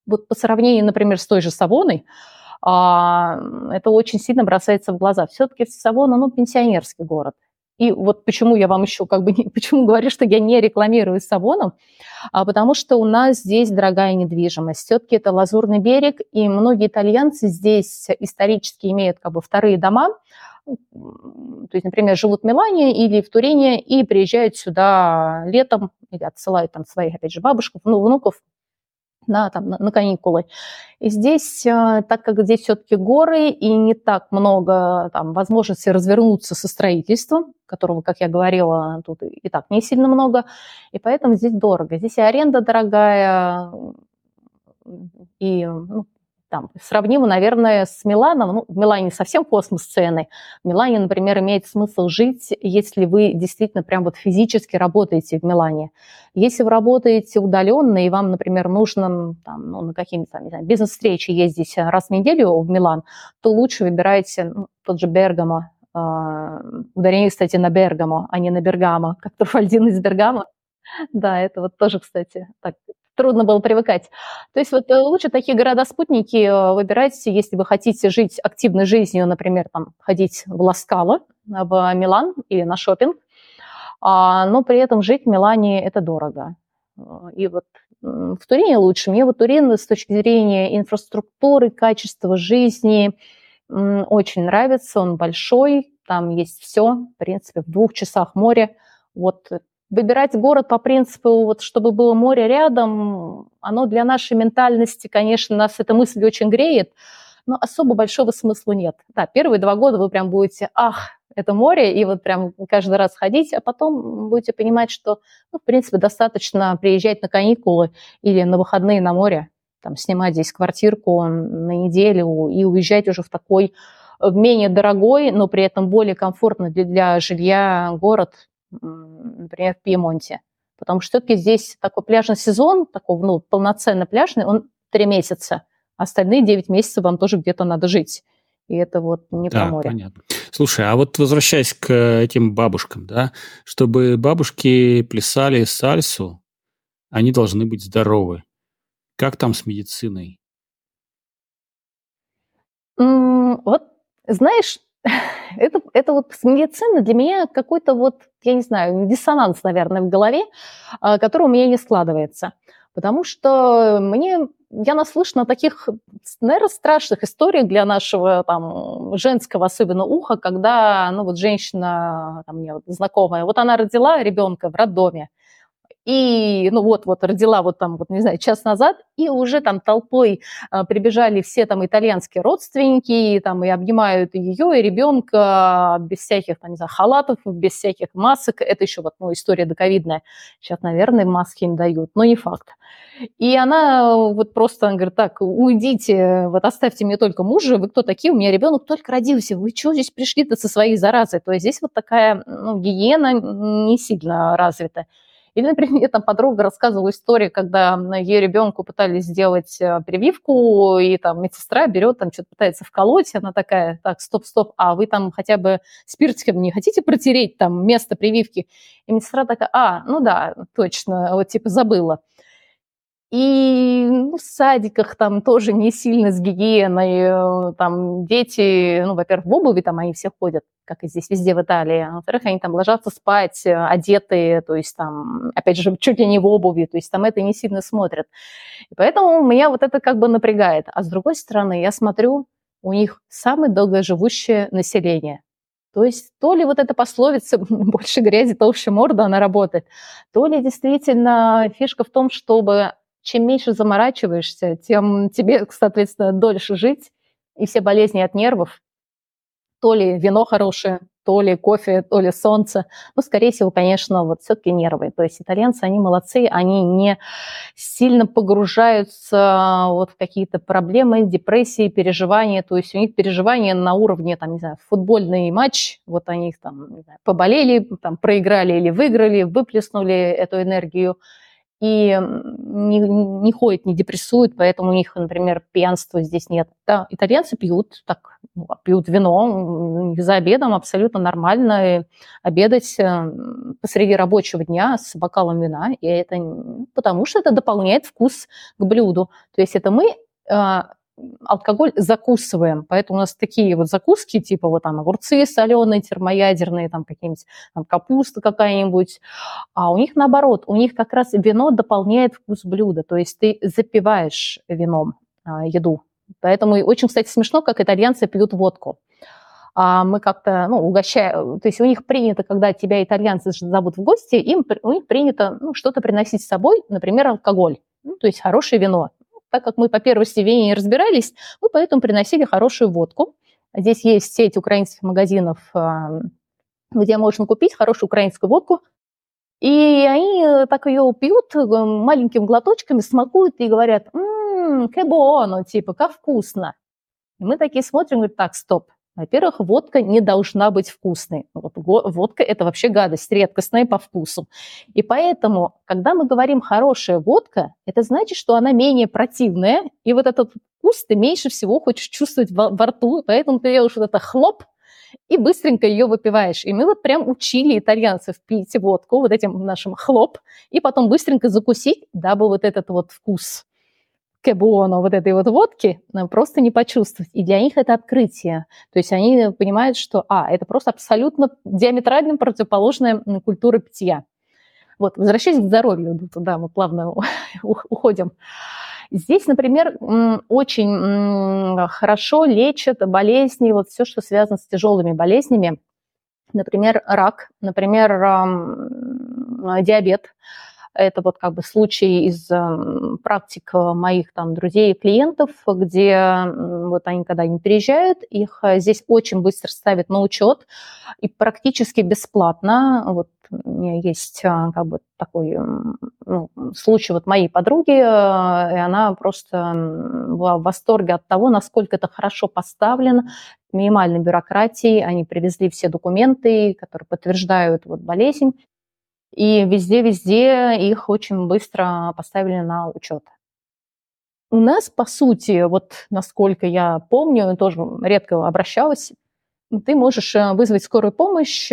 вот по сравнению, например, с той же Савоной, это очень сильно бросается в глаза. Все-таки Савона, ну, пенсионерский город. И вот почему я вам еще как бы почему говорю, что я не рекламирую Савону, потому что у нас здесь дорогая недвижимость. Все-таки это Лазурный берег, и многие итальянцы здесь исторически имеют как бы вторые дома. То есть, например, живут в Милане или в Турине и приезжают сюда летом или отсылают там своих, опять же, бабушек, ну, внуков на каникулы. И здесь, так как здесь все-таки горы и не так много там возможностей развернуться со строительством, которого, как я говорила, тут и так не сильно много, и поэтому здесь дорого. Здесь и аренда дорогая, и там, сравнимо, наверное, с Миланом. Ну, в Милане не совсем космос цены. В Милане, например, имеет смысл жить, если вы действительно прям вот физически работаете в Милане. Если вы работаете удаленно, и вам, например, нужно там, ну, на какие-нибудь там, не знаю, бизнес-встречи ездить раз в неделю в Милан, то лучше выбирайте тот же Бергамо. Ударение, кстати, на Бергамо, а не на Бергамо, как Труфальдино из Бергамо. Да, это вот тоже, кстати, так трудно было привыкать. То есть вот лучше такие города-спутники выбирать, если вы хотите жить активной жизнью, например, там, ходить в Ла-Скала, в Милан или на шопинг, но при этом жить в Милане – это дорого. И вот в Турине лучше. Мне вот Турин с точки зрения инфраструктуры, качества жизни очень нравится. Он большой, там есть все, в принципе, в 2 часах море. Вот выбирать город по принципу, вот, чтобы было море рядом, оно для нашей ментальности, конечно, нас эта мысль очень греет, но особо большого смысла нет. Да, первые 2 года вы прям будете, это море, и вот прям каждый раз ходить, а потом будете понимать, что, ну, в принципе, достаточно приезжать на каникулы или на выходные на море, там, снимать здесь квартирку на неделю и уезжать уже в такой менее дорогой, но при этом более комфортный для жилья город, например, в Пьемонте. Потому что все-таки здесь такой пляжный сезон, такой, ну, полноценно пляжный, он 3 месяца. Остальные 9 месяцев вам тоже где-то надо жить. И это вот не про море. Понятно. Слушай, а вот возвращаясь к этим бабушкам, да, чтобы бабушки плясали сальсу, они должны быть здоровы. Как там с медициной? Вот, знаешь, это вот с медициной для меня какой-то вот, я не знаю, диссонанс, наверное, в голове, который у меня не складывается. Потому что я наслышана таких, наверное, страшных историй для нашего там женского особенно уха, когда, ну, вот женщина, там, мне вот знакомая, вот она родила ребенка в роддоме, и, ну, вот родила вот там, вот, не знаю, час назад, и уже там толпой прибежали все там итальянские родственники, и, там, и обнимают ее, и ребенка без всяких, там, не знаю, халатов, без всяких масок. Это еще вот, ну, история доковидная. Сейчас, наверное, маски им дают, но не факт. И она вот просто говорит, так, уйдите, вот оставьте мне только мужа, вы кто такие, у меня ребенок только родился, вы что здесь пришли-то со своей заразой? То есть здесь вот такая, ну, гигиена не сильно развита. Или, например, мне там подруга рассказывала историю, когда ее ребенку пытались сделать прививку, и там медсестра берет, там что-то пытается вколоть, она такая, так, стоп, а вы там хотя бы спиртиком не хотите протереть там место прививки? И медсестра такая, ну да, точно, вот типа забыла. И в садиках там тоже не сильно с гигиеной. Там дети, ну, во-первых, в обуви там они все ходят, как и здесь везде в Италии. А во-вторых, они там ложатся спать одетые, то есть там, опять же, чуть ли не в обуви, то есть там это не сильно смотрят. И поэтому меня вот это как бы напрягает. А с другой стороны, я смотрю, у них самое долгоживущее население. То есть то ли вот эта пословица «больше грязи, толще морда» она работает, то ли действительно фишка в том, чтобы чем меньше заморачиваешься, тем тебе, соответственно, дольше жить, и все болезни от нервов. То ли вино хорошее, то ли кофе, то ли солнце. Ну, скорее всего, конечно, вот все-таки нервы. То есть итальянцы, они молодцы, они не сильно погружаются вот в какие-то проблемы, депрессии, переживания. То есть у них переживания на уровне, там, не знаю, футбольный матч, вот они там, не знаю, поболели, там, проиграли или выиграли, выплеснули эту энергию. и не ходят, не депрессуют, поэтому у них, например, пьянства здесь нет. Да, итальянцы пьют, пьют вино за обедом, абсолютно нормально обедать посреди рабочего дня с бокалом вина, и это потому что это дополняет вкус к блюду. То есть это мы алкоголь закусываем, поэтому у нас такие вот закуски, типа вот там огурцы соленые, термоядерные, там какие-нибудь там капуста какая-нибудь, а у них наоборот, у них как раз вино дополняет вкус блюда, то есть ты запиваешь вином еду. Поэтому очень, кстати, смешно, как итальянцы пьют водку. А мы как-то, угощаем, то есть у них принято, когда тебя итальянцы зовут в гости, у них принято что-то приносить с собой, например, алкоголь, то есть хорошее вино. Так как мы по первости в вине не разбирались, мы поэтому приносили хорошую водку. Здесь есть сеть украинских магазинов, где можно купить хорошую украинскую водку. И они так ее пьют маленькими глоточками, смакуют и говорят: «Che buono», типа, как вкусно. И мы такие смотрим, говорим: так, стоп. Во-первых, водка не должна быть вкусной. Водка – это вообще гадость, редкостная по вкусу. И поэтому, когда мы говорим «хорошая водка», это значит, что она менее противная, и вот этот вкус ты меньше всего хочешь чувствовать во рту, поэтому ты делаешь вот это хлоп, и быстренько ее выпиваешь. И мы вот прям учили итальянцев пить водку вот этим нашим хлоп, и потом быстренько закусить, дабы вот этот вот вкус кебуоно, вот этой вот водки, просто не почувствовать. И для них это открытие. То есть они понимают, что это просто абсолютно диаметрально противоположная культура питья. Вот, возвращаясь к здоровью, туда мы плавно уходим. Здесь, например, очень хорошо лечат болезни, вот все, что связано с тяжелыми болезнями. Например, рак, например, диабет. Это вот как бы случай из практик моих там друзей и клиентов, где вот они, когда они приезжают, их здесь очень быстро ставят на учет и практически бесплатно. Вот у меня есть как бы такой случай вот моей подруги, и она просто была в восторге от того, насколько это хорошо поставлено, минимальной бюрократией. Они привезли все документы, которые подтверждают вот болезнь. И везде их очень быстро поставили на учет. У нас, по сути, вот насколько я помню, тоже редко обращалась, ты можешь вызвать скорую помощь,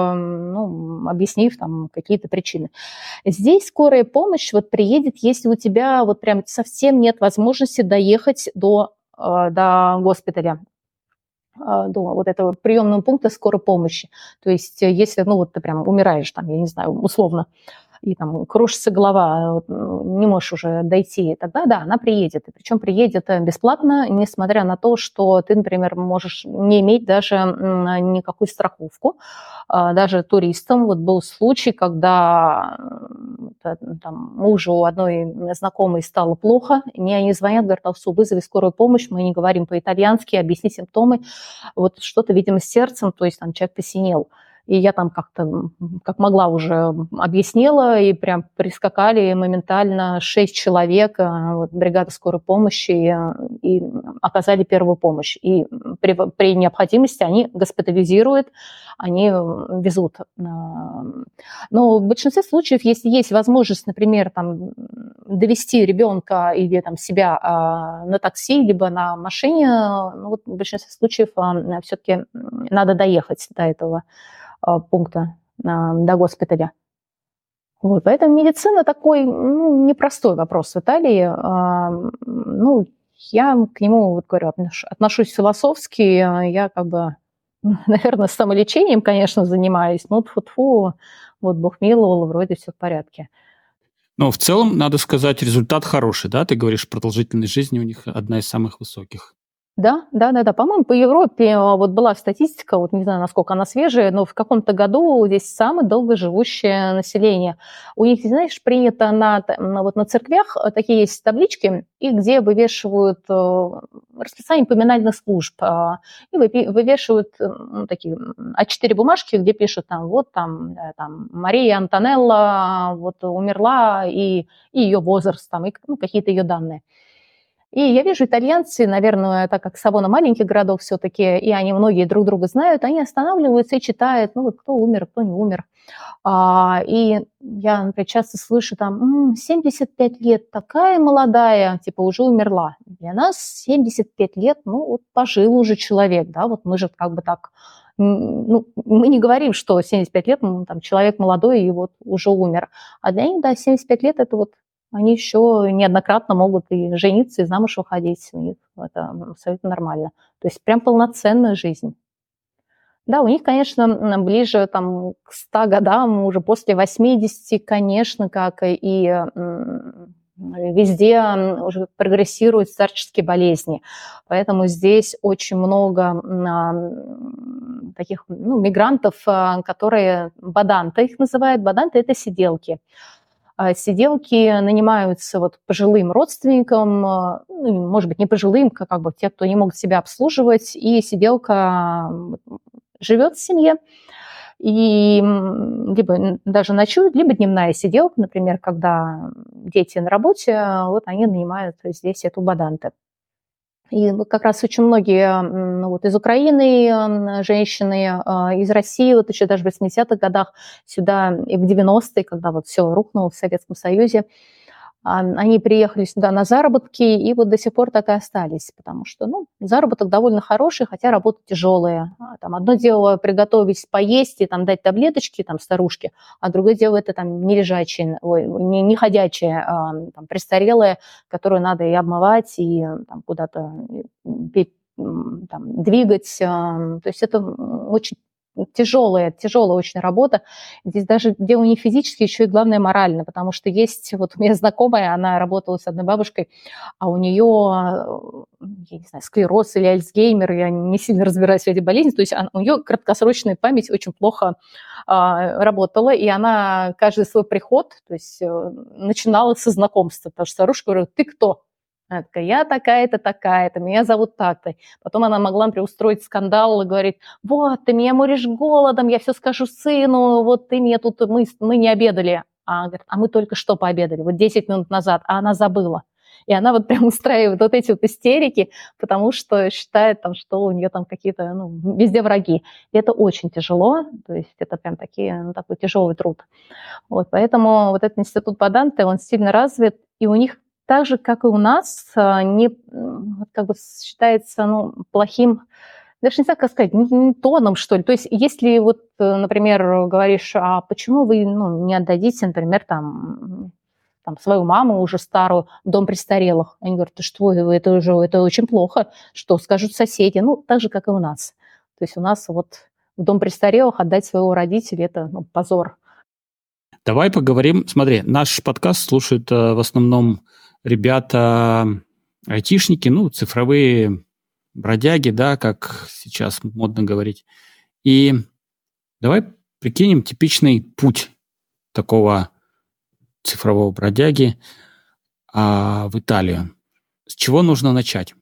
объяснив там какие-то причины. Здесь скорая помощь вот приедет, если у тебя вот прям совсем нет возможности доехать до госпиталя, до вот этого приемного пункта скорой помощи. То есть если, ты прям умираешь, там, я не знаю, условно, и там кружится голова, не можешь уже дойти, тогда да, она приедет. И причем приедет бесплатно, несмотря на то, что ты, например, можешь не иметь даже никакую страховку. Даже туристам. Вот был случай, когда там, мужу одной знакомой стало плохо, мне они звонят, говорят: Алсу, вызови скорую помощь, мы не говорим по-итальянски, объясни симптомы. Вот что-то, видимо, с сердцем, то есть там человек посинел. И я там как-то, как могла, уже объяснила, и прям прискакали моментально 6 человек, бригада скорой помощи, и оказали первую помощь. И при необходимости они госпитализируют, они везут. Но в большинстве случаев, если есть возможность, например, там, довести ребенка или там, себя на такси, либо на машине, в большинстве случаев все-таки надо доехать до этого пункта, до госпиталя. Вот, поэтому медицина такой непростой вопрос в Италии. Я к нему, говорю, отношусь философски. Я как бы, наверное, самолечением, конечно, занимаюсь, но тьфу-тьфу, вот Бог миловал, вроде все в порядке. Но в целом, надо сказать, результат хороший, да? Ты говоришь, продолжительность жизни у них одна из самых высоких. Да. По-моему, по Европе вот была статистика, вот не знаю, насколько она свежая, но в каком-то году здесь самое долгоживущее население. У них, знаешь, принято на церквях такие есть таблички, и где вывешивают расписание поминальных служб. И вывешивают такие А4 бумажки, где пишут там Мария Антонелла вот умерла, и ее возраст, там, и какие-то ее данные. И я вижу, итальянцы, наверное, так как Савона маленький городок все-таки, и они многие друг друга знают, они останавливаются и читают, ну вот кто умер, кто не умер. И я, например, часто слышу там, 75 лет, такая молодая, типа уже умерла. Для нас 75 лет, ну вот пожил уже человек, да, вот мы же как бы так, ну, мы не говорим, что 75 лет, там, человек молодой и вот уже умер. А для них, да, 75 лет, это вот они еще неоднократно могут и жениться, и замуж выходить. У них это абсолютно нормально. То есть прям полноценная жизнь. Да, у них, конечно, ближе там, к 100 годам, уже после 80, конечно, как и везде уже прогрессируют старческие болезни. Поэтому здесь очень много таких мигрантов, которые баданты их называют. Баданты – это сиделки. Сиделки нанимаются вот пожилым родственникам, может быть, не пожилым, как бы те, кто не могут себя обслуживать, и сиделка живет в семье, и либо даже ночует, либо дневная сиделка, например, когда дети на работе, вот они нанимают здесь эту баданты. И вот как раз очень многие вот из Украины женщины, из России, вот еще даже в 80-х годах сюда и в 90-е, когда вот все рухнуло в Советском Союзе, они приехали сюда на заработки и вот до сих пор так и остались, потому что, заработок довольно хороший, хотя работа тяжелая. Там одно дело приготовить, поесть и там дать таблеточки там старушке, а другое дело это там не лежачие, не ходячие, там, престарелые, которую надо и обмывать, и там куда-то там, двигать. То есть это очень тяжелая очень работа. Здесь даже дело не физически, еще и главное морально, потому что есть, вот у меня знакомая, она работала с одной бабушкой, а у нее, я не знаю, склероз или альцгеймер, я не сильно разбираюсь в этой болезни, то есть у нее краткосрочная память очень плохо работала, и она каждый свой приход, то есть начинала со знакомства, потому что старушка говорила: ты кто? Она такая: я такая-то, такая-то, меня зовут так-то. Потом она могла, например, устроить скандал и говорить: вот, ты меня моришь голодом, я все скажу сыну, вот ты меня тут, мы не обедали. А она говорит: а мы только что пообедали, вот 10 минут назад, а она забыла. И она вот прям устраивает вот эти вот истерики, потому что считает, там, что у нее там какие-то, везде враги. И это очень тяжело, то есть это прям такой тяжелый труд. Вот, поэтому вот этот институт Баданте, он сильно развит, и у них так же, как и у нас, не как бы считается плохим, даже не знаю, как сказать, не тоном, что ли. То есть если вот, например, говоришь: а почему вы не отдадите, например, там свою маму уже старую в дом престарелых? Они говорят: ты что, это очень плохо, что скажут соседи. Так же, как и у нас. То есть у нас вот в дом престарелых отдать своего родителя – это позор. Давай поговорим. Смотри, наш подкаст слушают в основном ребята айтишники, цифровые бродяги, да, как сейчас модно говорить. И давай прикинем типичный путь такого цифрового бродяги в Италию. С чего нужно начать?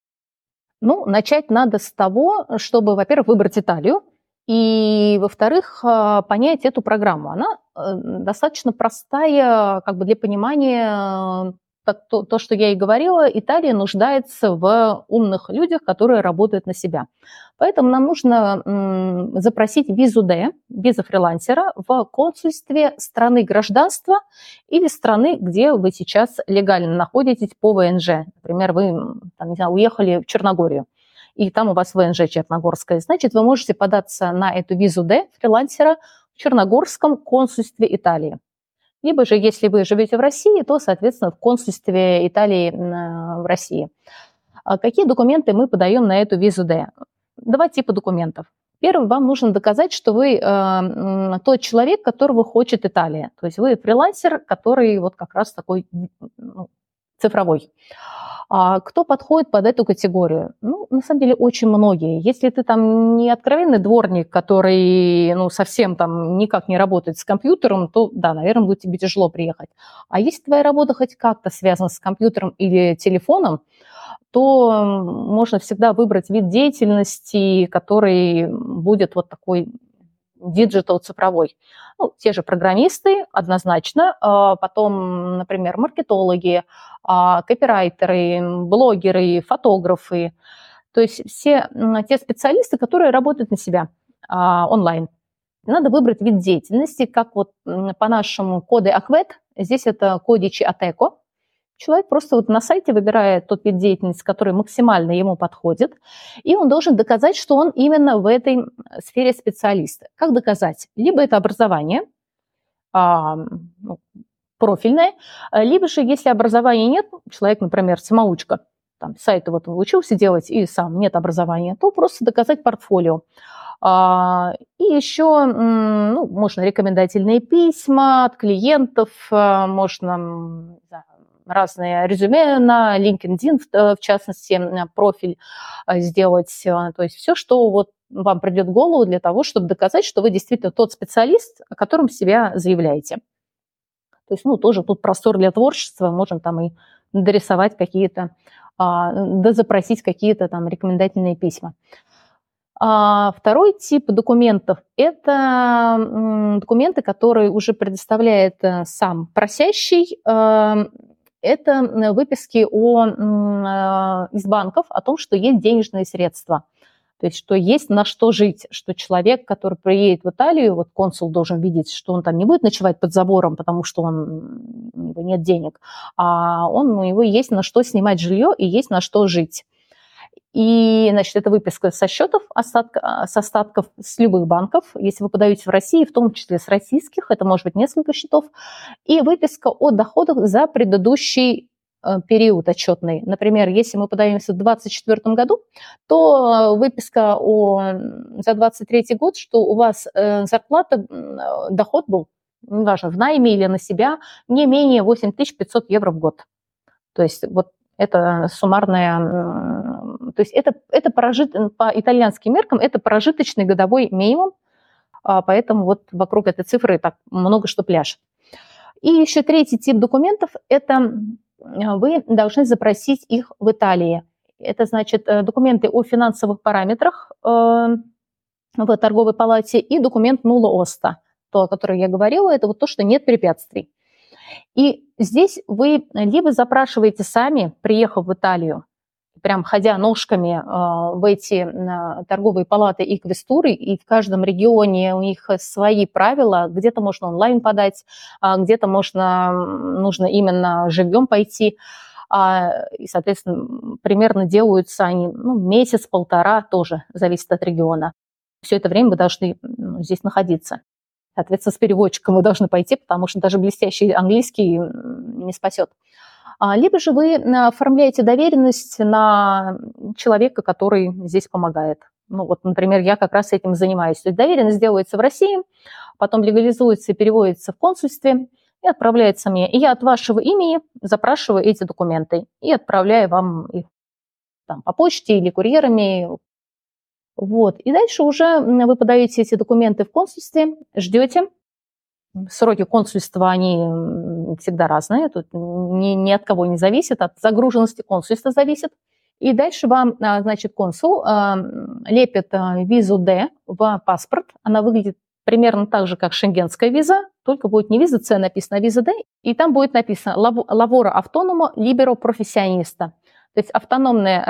Начать надо с того, чтобы, во-первых, выбрать Италию, и, во-вторых, понять эту программу. Она достаточно простая, как бы для понимания. То, что я и говорила, Италия нуждается в умных людях, которые работают на себя. Поэтому нам нужно запросить визу D, визу фрилансера, в консульстве страны гражданства или страны, где вы сейчас легально находитесь по ВНЖ. Например, вы уехали в Черногорию, и там у вас ВНЖ черногорская. Значит, вы можете податься на эту визу D фрилансера в Черногорском консульстве Италии. Либо же, если вы живете в России, то, соответственно, в консульстве Италии в России. Какие документы мы подаем на эту визу D? Два типа документов. Первый, вам нужно доказать, что вы тот человек, которого хочет Италия. То есть вы фрилансер, который вот как раз такой цифровой. Кто подходит под эту категорию? На самом деле, очень многие. Если ты там не откровенный дворник, который совсем там никак не работает с компьютером, то, да, наверное, будет тебе тяжело приехать. А если твоя работа хоть как-то связана с компьютером или телефоном, то можно всегда выбрать вид деятельности, который будет вот такой диджитал цифровой. Ну, те же программисты однозначно, потом, например, маркетологи, копирайтеры, блогеры, фотографы. То есть все те специалисты, которые работают на себя онлайн. Надо выбрать вид деятельности, как вот по нашему коду АКВЭД, здесь это кодичи АТЭКО. Человек просто вот на сайте выбирает тот вид деятельности, который максимально ему подходит, и он должен доказать, что он именно в этой сфере специалист. Как доказать? Либо это образование профильное, либо же, если образования нет, человек, например, самоучка, там, сайты вот учился делать и сам нет образования, то просто доказать портфолио. И еще можно рекомендательные письма от клиентов, можно разные резюме на LinkedIn, в частности, профиль сделать. То есть все, что вот вам придет в голову для того, чтобы доказать, что вы действительно тот специалист, о котором себя заявляете. То есть, тоже тут простор для творчества, можем там и дорисовать какие-то, дозапросить какие-то там рекомендательные письма. Второй тип документов – это документы, которые уже предоставляет сам просящий. Это выписки из банков о том, что есть денежные средства, то есть что есть на что жить, что человек, который приедет в Италию, вот консул должен видеть, что он там не будет ночевать под забором, потому что у него нет денег, а у него есть на что снимать жилье и есть на что жить. И, значит, это выписка со счетов, с остатков с любых банков, если вы подаете в России, в том числе с российских, это может быть несколько счетов, и выписка о доходах за предыдущий период отчетный. Например, если мы подаемся в 2024 году, то выписка за 2023 год, что у вас зарплата, доход был, неважно, в найме или на себя, не менее 8500 евро в год. То есть вот это суммарная... То есть это по итальянским меркам это прожиточный годовой минимум, поэтому вот вокруг этой цифры так много что пляшет. И еще третий тип документов – это вы должны запросить их в Италии. Это значит документы о финансовых параметрах в торговой палате и документ нула оста. То, о котором я говорила, это вот то, что нет препятствий. И здесь вы либо запрашиваете сами, приехав в Италию, прям ходя ножками в эти торговые палаты и квестуры, и в каждом регионе у них свои правила, где-то можно онлайн подать, где-то нужно именно живьем пойти, и, соответственно, примерно делаются они месяц-полтора, тоже зависит от региона. Все это время вы должны здесь находиться. Соответственно, с переводчиком вы должны пойти, потому что даже блестящий английский не спасет. Либо же вы оформляете доверенность на человека, который здесь помогает. Например, я как раз этим занимаюсь. То есть доверенность делается в России, потом легализуется и переводится в консульстве и отправляется мне. И я от вашего имени запрашиваю эти документы и отправляю вам их по почте или курьерами. Вот. И дальше уже вы подаете эти документы в консульстве, ждете. Сроки консульства, они всегда разные, тут ни от кого не зависит, от загруженности консульства зависит. И дальше вам, значит, консул лепит визу D в паспорт. Она выглядит примерно так же, как шенгенская виза, только будет не виза C написано, а виза D. И там будет написано «Lavoro autonomo libero professionista». То есть автономная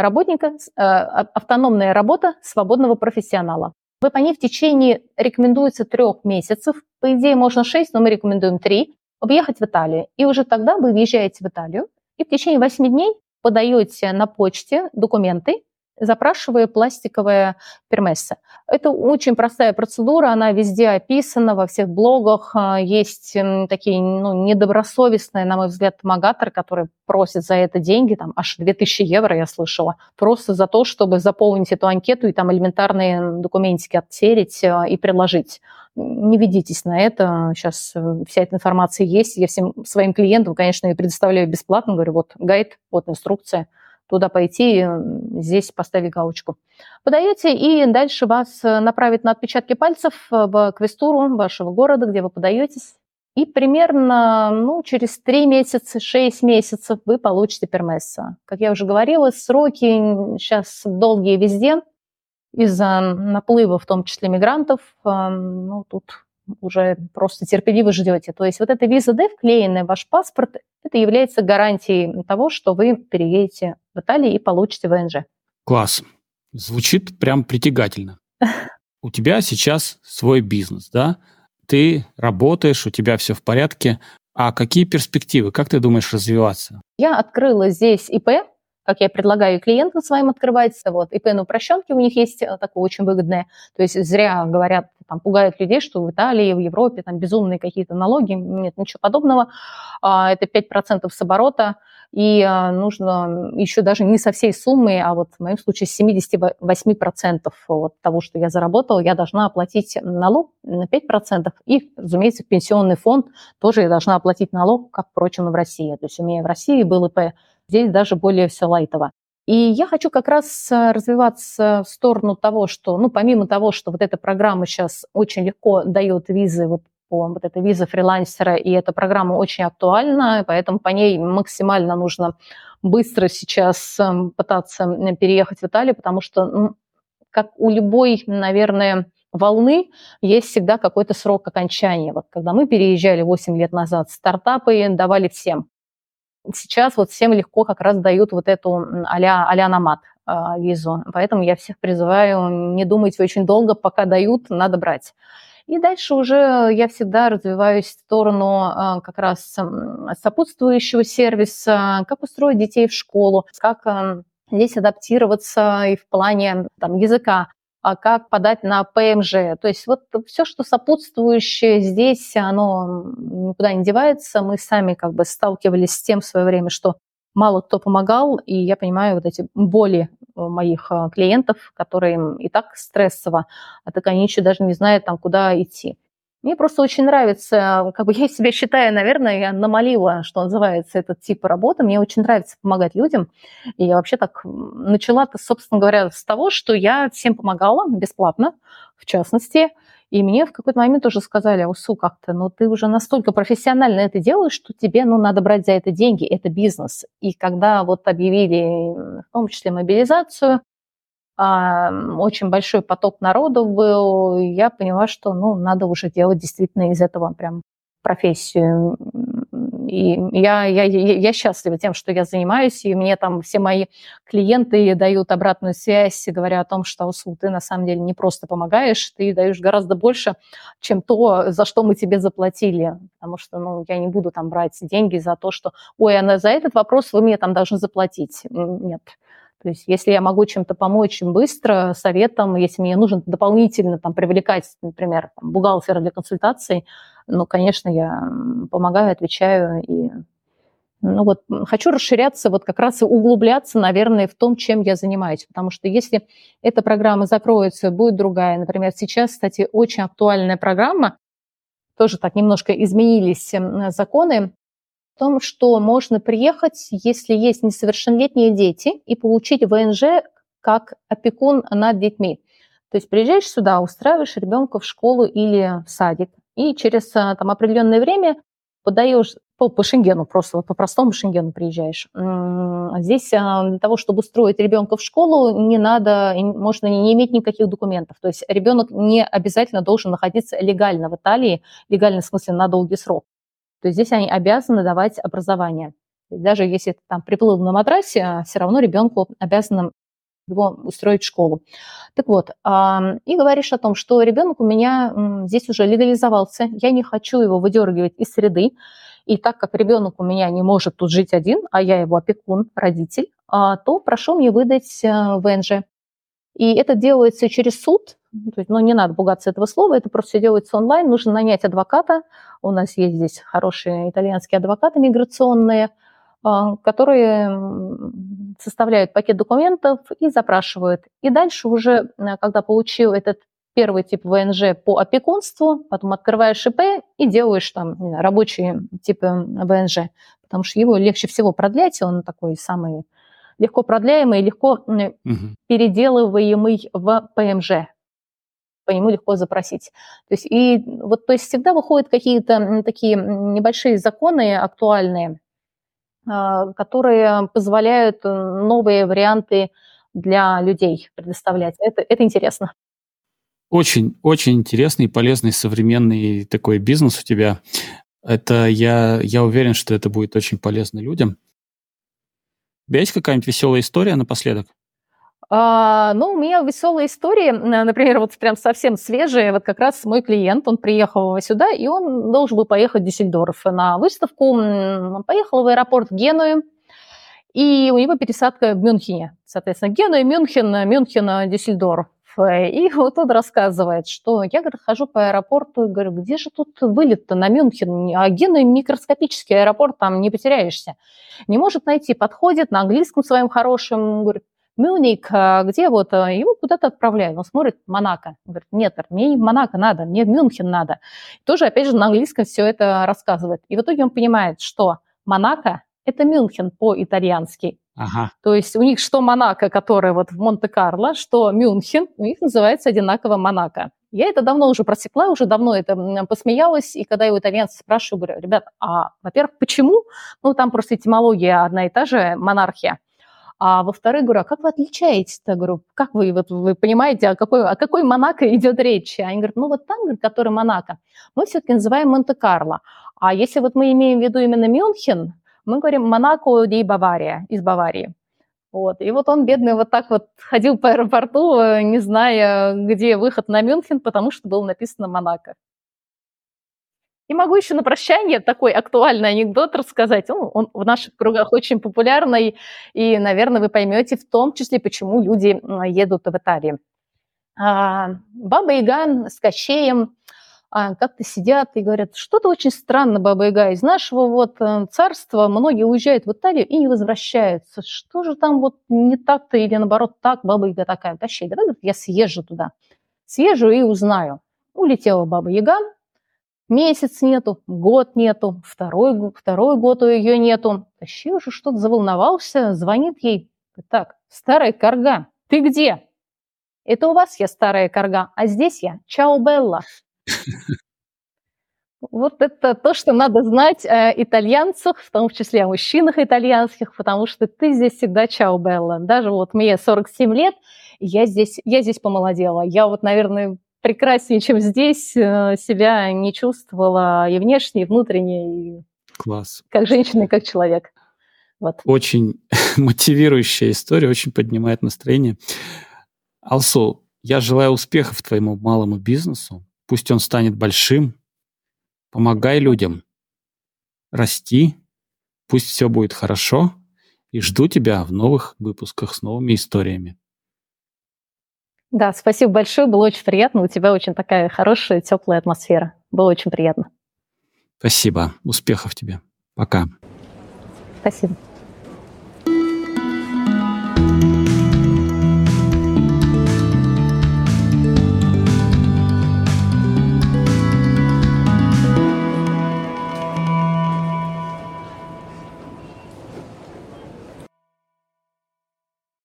работа свободного профессионала. Вы по ней в течение, рекомендуется 3 месяцев, по идее можно 6, но мы рекомендуем 3, объехать в Италию. И уже тогда вы въезжаете в Италию и в течение 8 дней подаете на почте документы, запрашивая пластиковое пермесса. Это очень простая процедура, она везде описана, во всех блогах. Есть такие недобросовестные, на мой взгляд, томогаторы, которые просят за это деньги, аж 2000 евро, я слышала, просто за то, чтобы заполнить эту анкету и элементарные документики отсерить и приложить. Не ведитесь на это, сейчас вся эта информация есть. Я всем своим клиентам, конечно, ее предоставляю бесплатно, говорю, вот гайд, вот инструкция. Туда пойти, здесь поставить галочку. Подаете, и дальше вас направят на отпечатки пальцев в квестуру вашего города, где вы подаетесь. И примерно через 3 месяца, 6 месяцев вы получите пермесса. Как я уже говорила, сроки сейчас долгие везде. из-за наплыва, в том числе мигрантов, тут уже просто терпеливо ждете. То есть вот эта виза D, вклеенная в ваш паспорт, это является гарантией того, что вы переедете в Италию и получите ВНЖ. Класс. Звучит прям притягательно. У тебя сейчас свой бизнес, да? Ты работаешь, у тебя все в порядке. А какие перспективы? Как ты думаешь развиваться? Я открыла здесь ИП, как я предлагаю клиентам своим открывать. Вот, ИП на упрощенке у них есть такое очень выгодное. То есть зря говорят, там, пугают людей, что в Италии, в Европе там безумные какие-то налоги. Нет, ничего подобного. Это 5% с оборота. И нужно еще даже не со всей суммы, а вот в моем случае с 78% от того, что я заработала, я должна оплатить налог на 5%. И, разумеется, пенсионный фонд тоже я должна оплатить налог, как, впрочем, и в России. То есть у меня в России был ИП, здесь даже более все лайтово. И я хочу как раз развиваться в сторону того, что, помимо того, что вот эта программа сейчас очень легко дает визы вот эта виза фрилансера, и эта программа очень актуальна, поэтому по ней максимально нужно быстро сейчас пытаться переехать в Италию, потому что, как у любой, наверное, волны, есть всегда какой-то срок окончания. Вот когда мы переезжали 8 лет назад, стартапы давали всем. Сейчас вот всем легко как раз дают вот эту а-ля номад визу. Поэтому я всех призываю не думать очень долго, пока дают, надо брать. И дальше уже я всегда развиваюсь в сторону как раз сопутствующего сервиса, как устроить детей в школу, как здесь адаптироваться и в плане языка, как подать на ПМЖ. То есть вот все, что сопутствующее здесь, оно никуда не девается. Мы сами как бы сталкивались с тем в свое время, что мало кто помогал, и я понимаю вот эти боли моих клиентов, которые и так стрессово, а так они еще даже не знают, куда идти. Мне просто очень нравится, я себя считаю, наверное, я намолила, что называется, этот тип работы. Мне очень нравится помогать людям. И я вообще так начала-то, собственно говоря, с того, что я всем помогала бесплатно, в частности. И мне в какой-то момент тоже сказали: Усу, как-то, ты уже настолько профессионально это делаешь, что тебе, надо брать за это деньги, это бизнес. И когда вот объявили, в том числе, мобилизацию, очень большой поток народу был, я поняла, что, надо уже делать действительно из этого прям профессию. И я счастлива тем, что я занимаюсь, и мне все мои клиенты дают обратную связь, говоря о том, что, Усу, ты на самом деле не просто помогаешь, ты даешь гораздо больше, чем то, за что мы тебе заплатили. Потому что, я не буду брать деньги за то, что, за этот вопрос вы мне должны заплатить. Нет. То есть если я могу чем-то помочь им быстро, советом, если мне нужно дополнительно привлекать, например, бухгалтера для консультаций, конечно, я помогаю, отвечаю. И, хочу расширяться, как раз и углубляться, наверное, в том, чем я занимаюсь. Потому что если эта программа закроется, будет другая. Например, сейчас, кстати, очень актуальная программа, тоже так немножко изменились законы, в том, что можно приехать, если есть несовершеннолетние дети, и получить ВНЖ как опекун над детьми. То есть приезжаешь сюда, устраиваешь ребенка в школу или в садик, и через определенное время подаешь по Шенгену, просто по простому Шенгену приезжаешь. Здесь для того, чтобы устроить ребенка в школу, не надо, можно не иметь никаких документов. То есть ребенок не обязательно должен находиться легально в Италии, легально в смысле на долгий срок. То есть здесь они обязаны давать образование. Даже если ты приплыл на матрасе, все равно ребенку обязаны его устроить в школу. Так вот, и говоришь о том, что ребенок у меня здесь уже легализовался, я не хочу его выдергивать из среды, и так как ребенок у меня не может тут жить один, а я его опекун, родитель, то прошу мне выдать ВНЖ. И это делается через суд. То есть, не надо пугаться этого слова, это просто делается онлайн. Нужно нанять адвоката. У нас есть здесь хорошие итальянские адвокаты миграционные, которые составляют пакет документов и запрашивают. И дальше уже, когда получил этот первый тип ВНЖ по опекунству, потом открываешь ИП и делаешь рабочие типы ВНЖ, потому что его легче всего продлять, он такой самый легко продляемый, легко переделываемый в ПМЖ. По нему легко запросить. То есть всегда выходят какие-то такие небольшие законы актуальные, которые позволяют новые варианты для людей предоставлять. Это интересно. Очень, очень интересный, полезный, современный такой бизнес у тебя. Это я уверен, что это будет очень полезно людям. У тебя есть какая-нибудь веселая история напоследок? Ну, у меня веселая история, например, вот прям совсем свежая. Вот как раз мой клиент, он приехал сюда, и он должен был поехать в Дюссельдорф на выставку. Он поехал в аэропорт Генуи, и у него пересадка в Мюнхене. Соответственно, Генуя, Мюнхен, Дюссельдорф. И вот он рассказывает, что я, говорит, хожу по аэропорту и говорю, где же тут вылет-то на Мюнхен? А Генуя микроскопический аэропорт, там не потеряешься. Не может найти, подходит на английском своем хорошем, говорит, Мюник, где вот, его куда-то отправляют. Он смотрит, Монако. Он говорит, нет, мне не в Монако надо, мне в Мюнхен надо. Тоже, опять же, на английском все это рассказывает. И в итоге он понимает, что Монако – это Мюнхен по-итальянски. Ага. То есть у них что Монако, которое вот в Монте-Карло, что Мюнхен, у них называется одинаково Монако. Я это давно уже просекла, уже давно это посмеялась, и когда я у итальянцев спрашиваю, говорю, ребят, во-первых, почему? Ну, там просто этимология одна и та же, монархия. А во-вторых, говорю, а как вы отличаете-то? Говорю, как вы понимаете, о какой Монако идет речь? Они говорят, ну вот там, говорит, который Монако, мы все-таки называем Монте-Карло. А если вот мы имеем в виду именно Мюнхен, мы говорим Монако ди Бавария, из Баварии. Вот. И вот он, бедный, вот так вот ходил по аэропорту, не зная, где выход на Мюнхен, потому что было написано Монако. И могу еще на прощание такой актуальный анекдот рассказать. Он в наших кругах очень популярный, и, наверное, вы поймете в том числе, почему люди едут в Италию. Баба Яга с Кощеем как-то сидят и говорят, что-то очень странно, Баба Яга, из нашего вот царства многие уезжают в Италию и не возвращаются. Что же там вот не так-то или наоборот так? Баба Яга такая, Кощей, давай я съезжу туда. Съезжу и узнаю. Улетела Баба Яга, месяц нету, год нету, второй год у ее нету. Кощей уже что-то заволновался, звонит ей. Так, старая корга, ты где? Это у вас я старая корга, а здесь я Чао Белла. Вот это то, что надо знать о итальянцах, в том числе о мужчинах итальянских, потому что ты здесь всегда Чао Белла. Даже вот мне 47 лет, и я здесь помолодела. Я вот, наверное, прекраснее, чем здесь, себя не чувствовала и внешне, и внутренне, и Класс. как женщина, и как человек. Вот. Очень мотивирующая история, очень поднимает настроение. Алсу, я желаю успехов твоему малому бизнесу. Пусть он станет большим. Помогай людям расти. Пусть все будет хорошо. И жду тебя в новых выпусках с новыми историями. Да, спасибо большое, было очень приятно. У тебя очень такая хорошая, теплая атмосфера. Было очень приятно. Спасибо. Успехов тебе. Пока. Спасибо.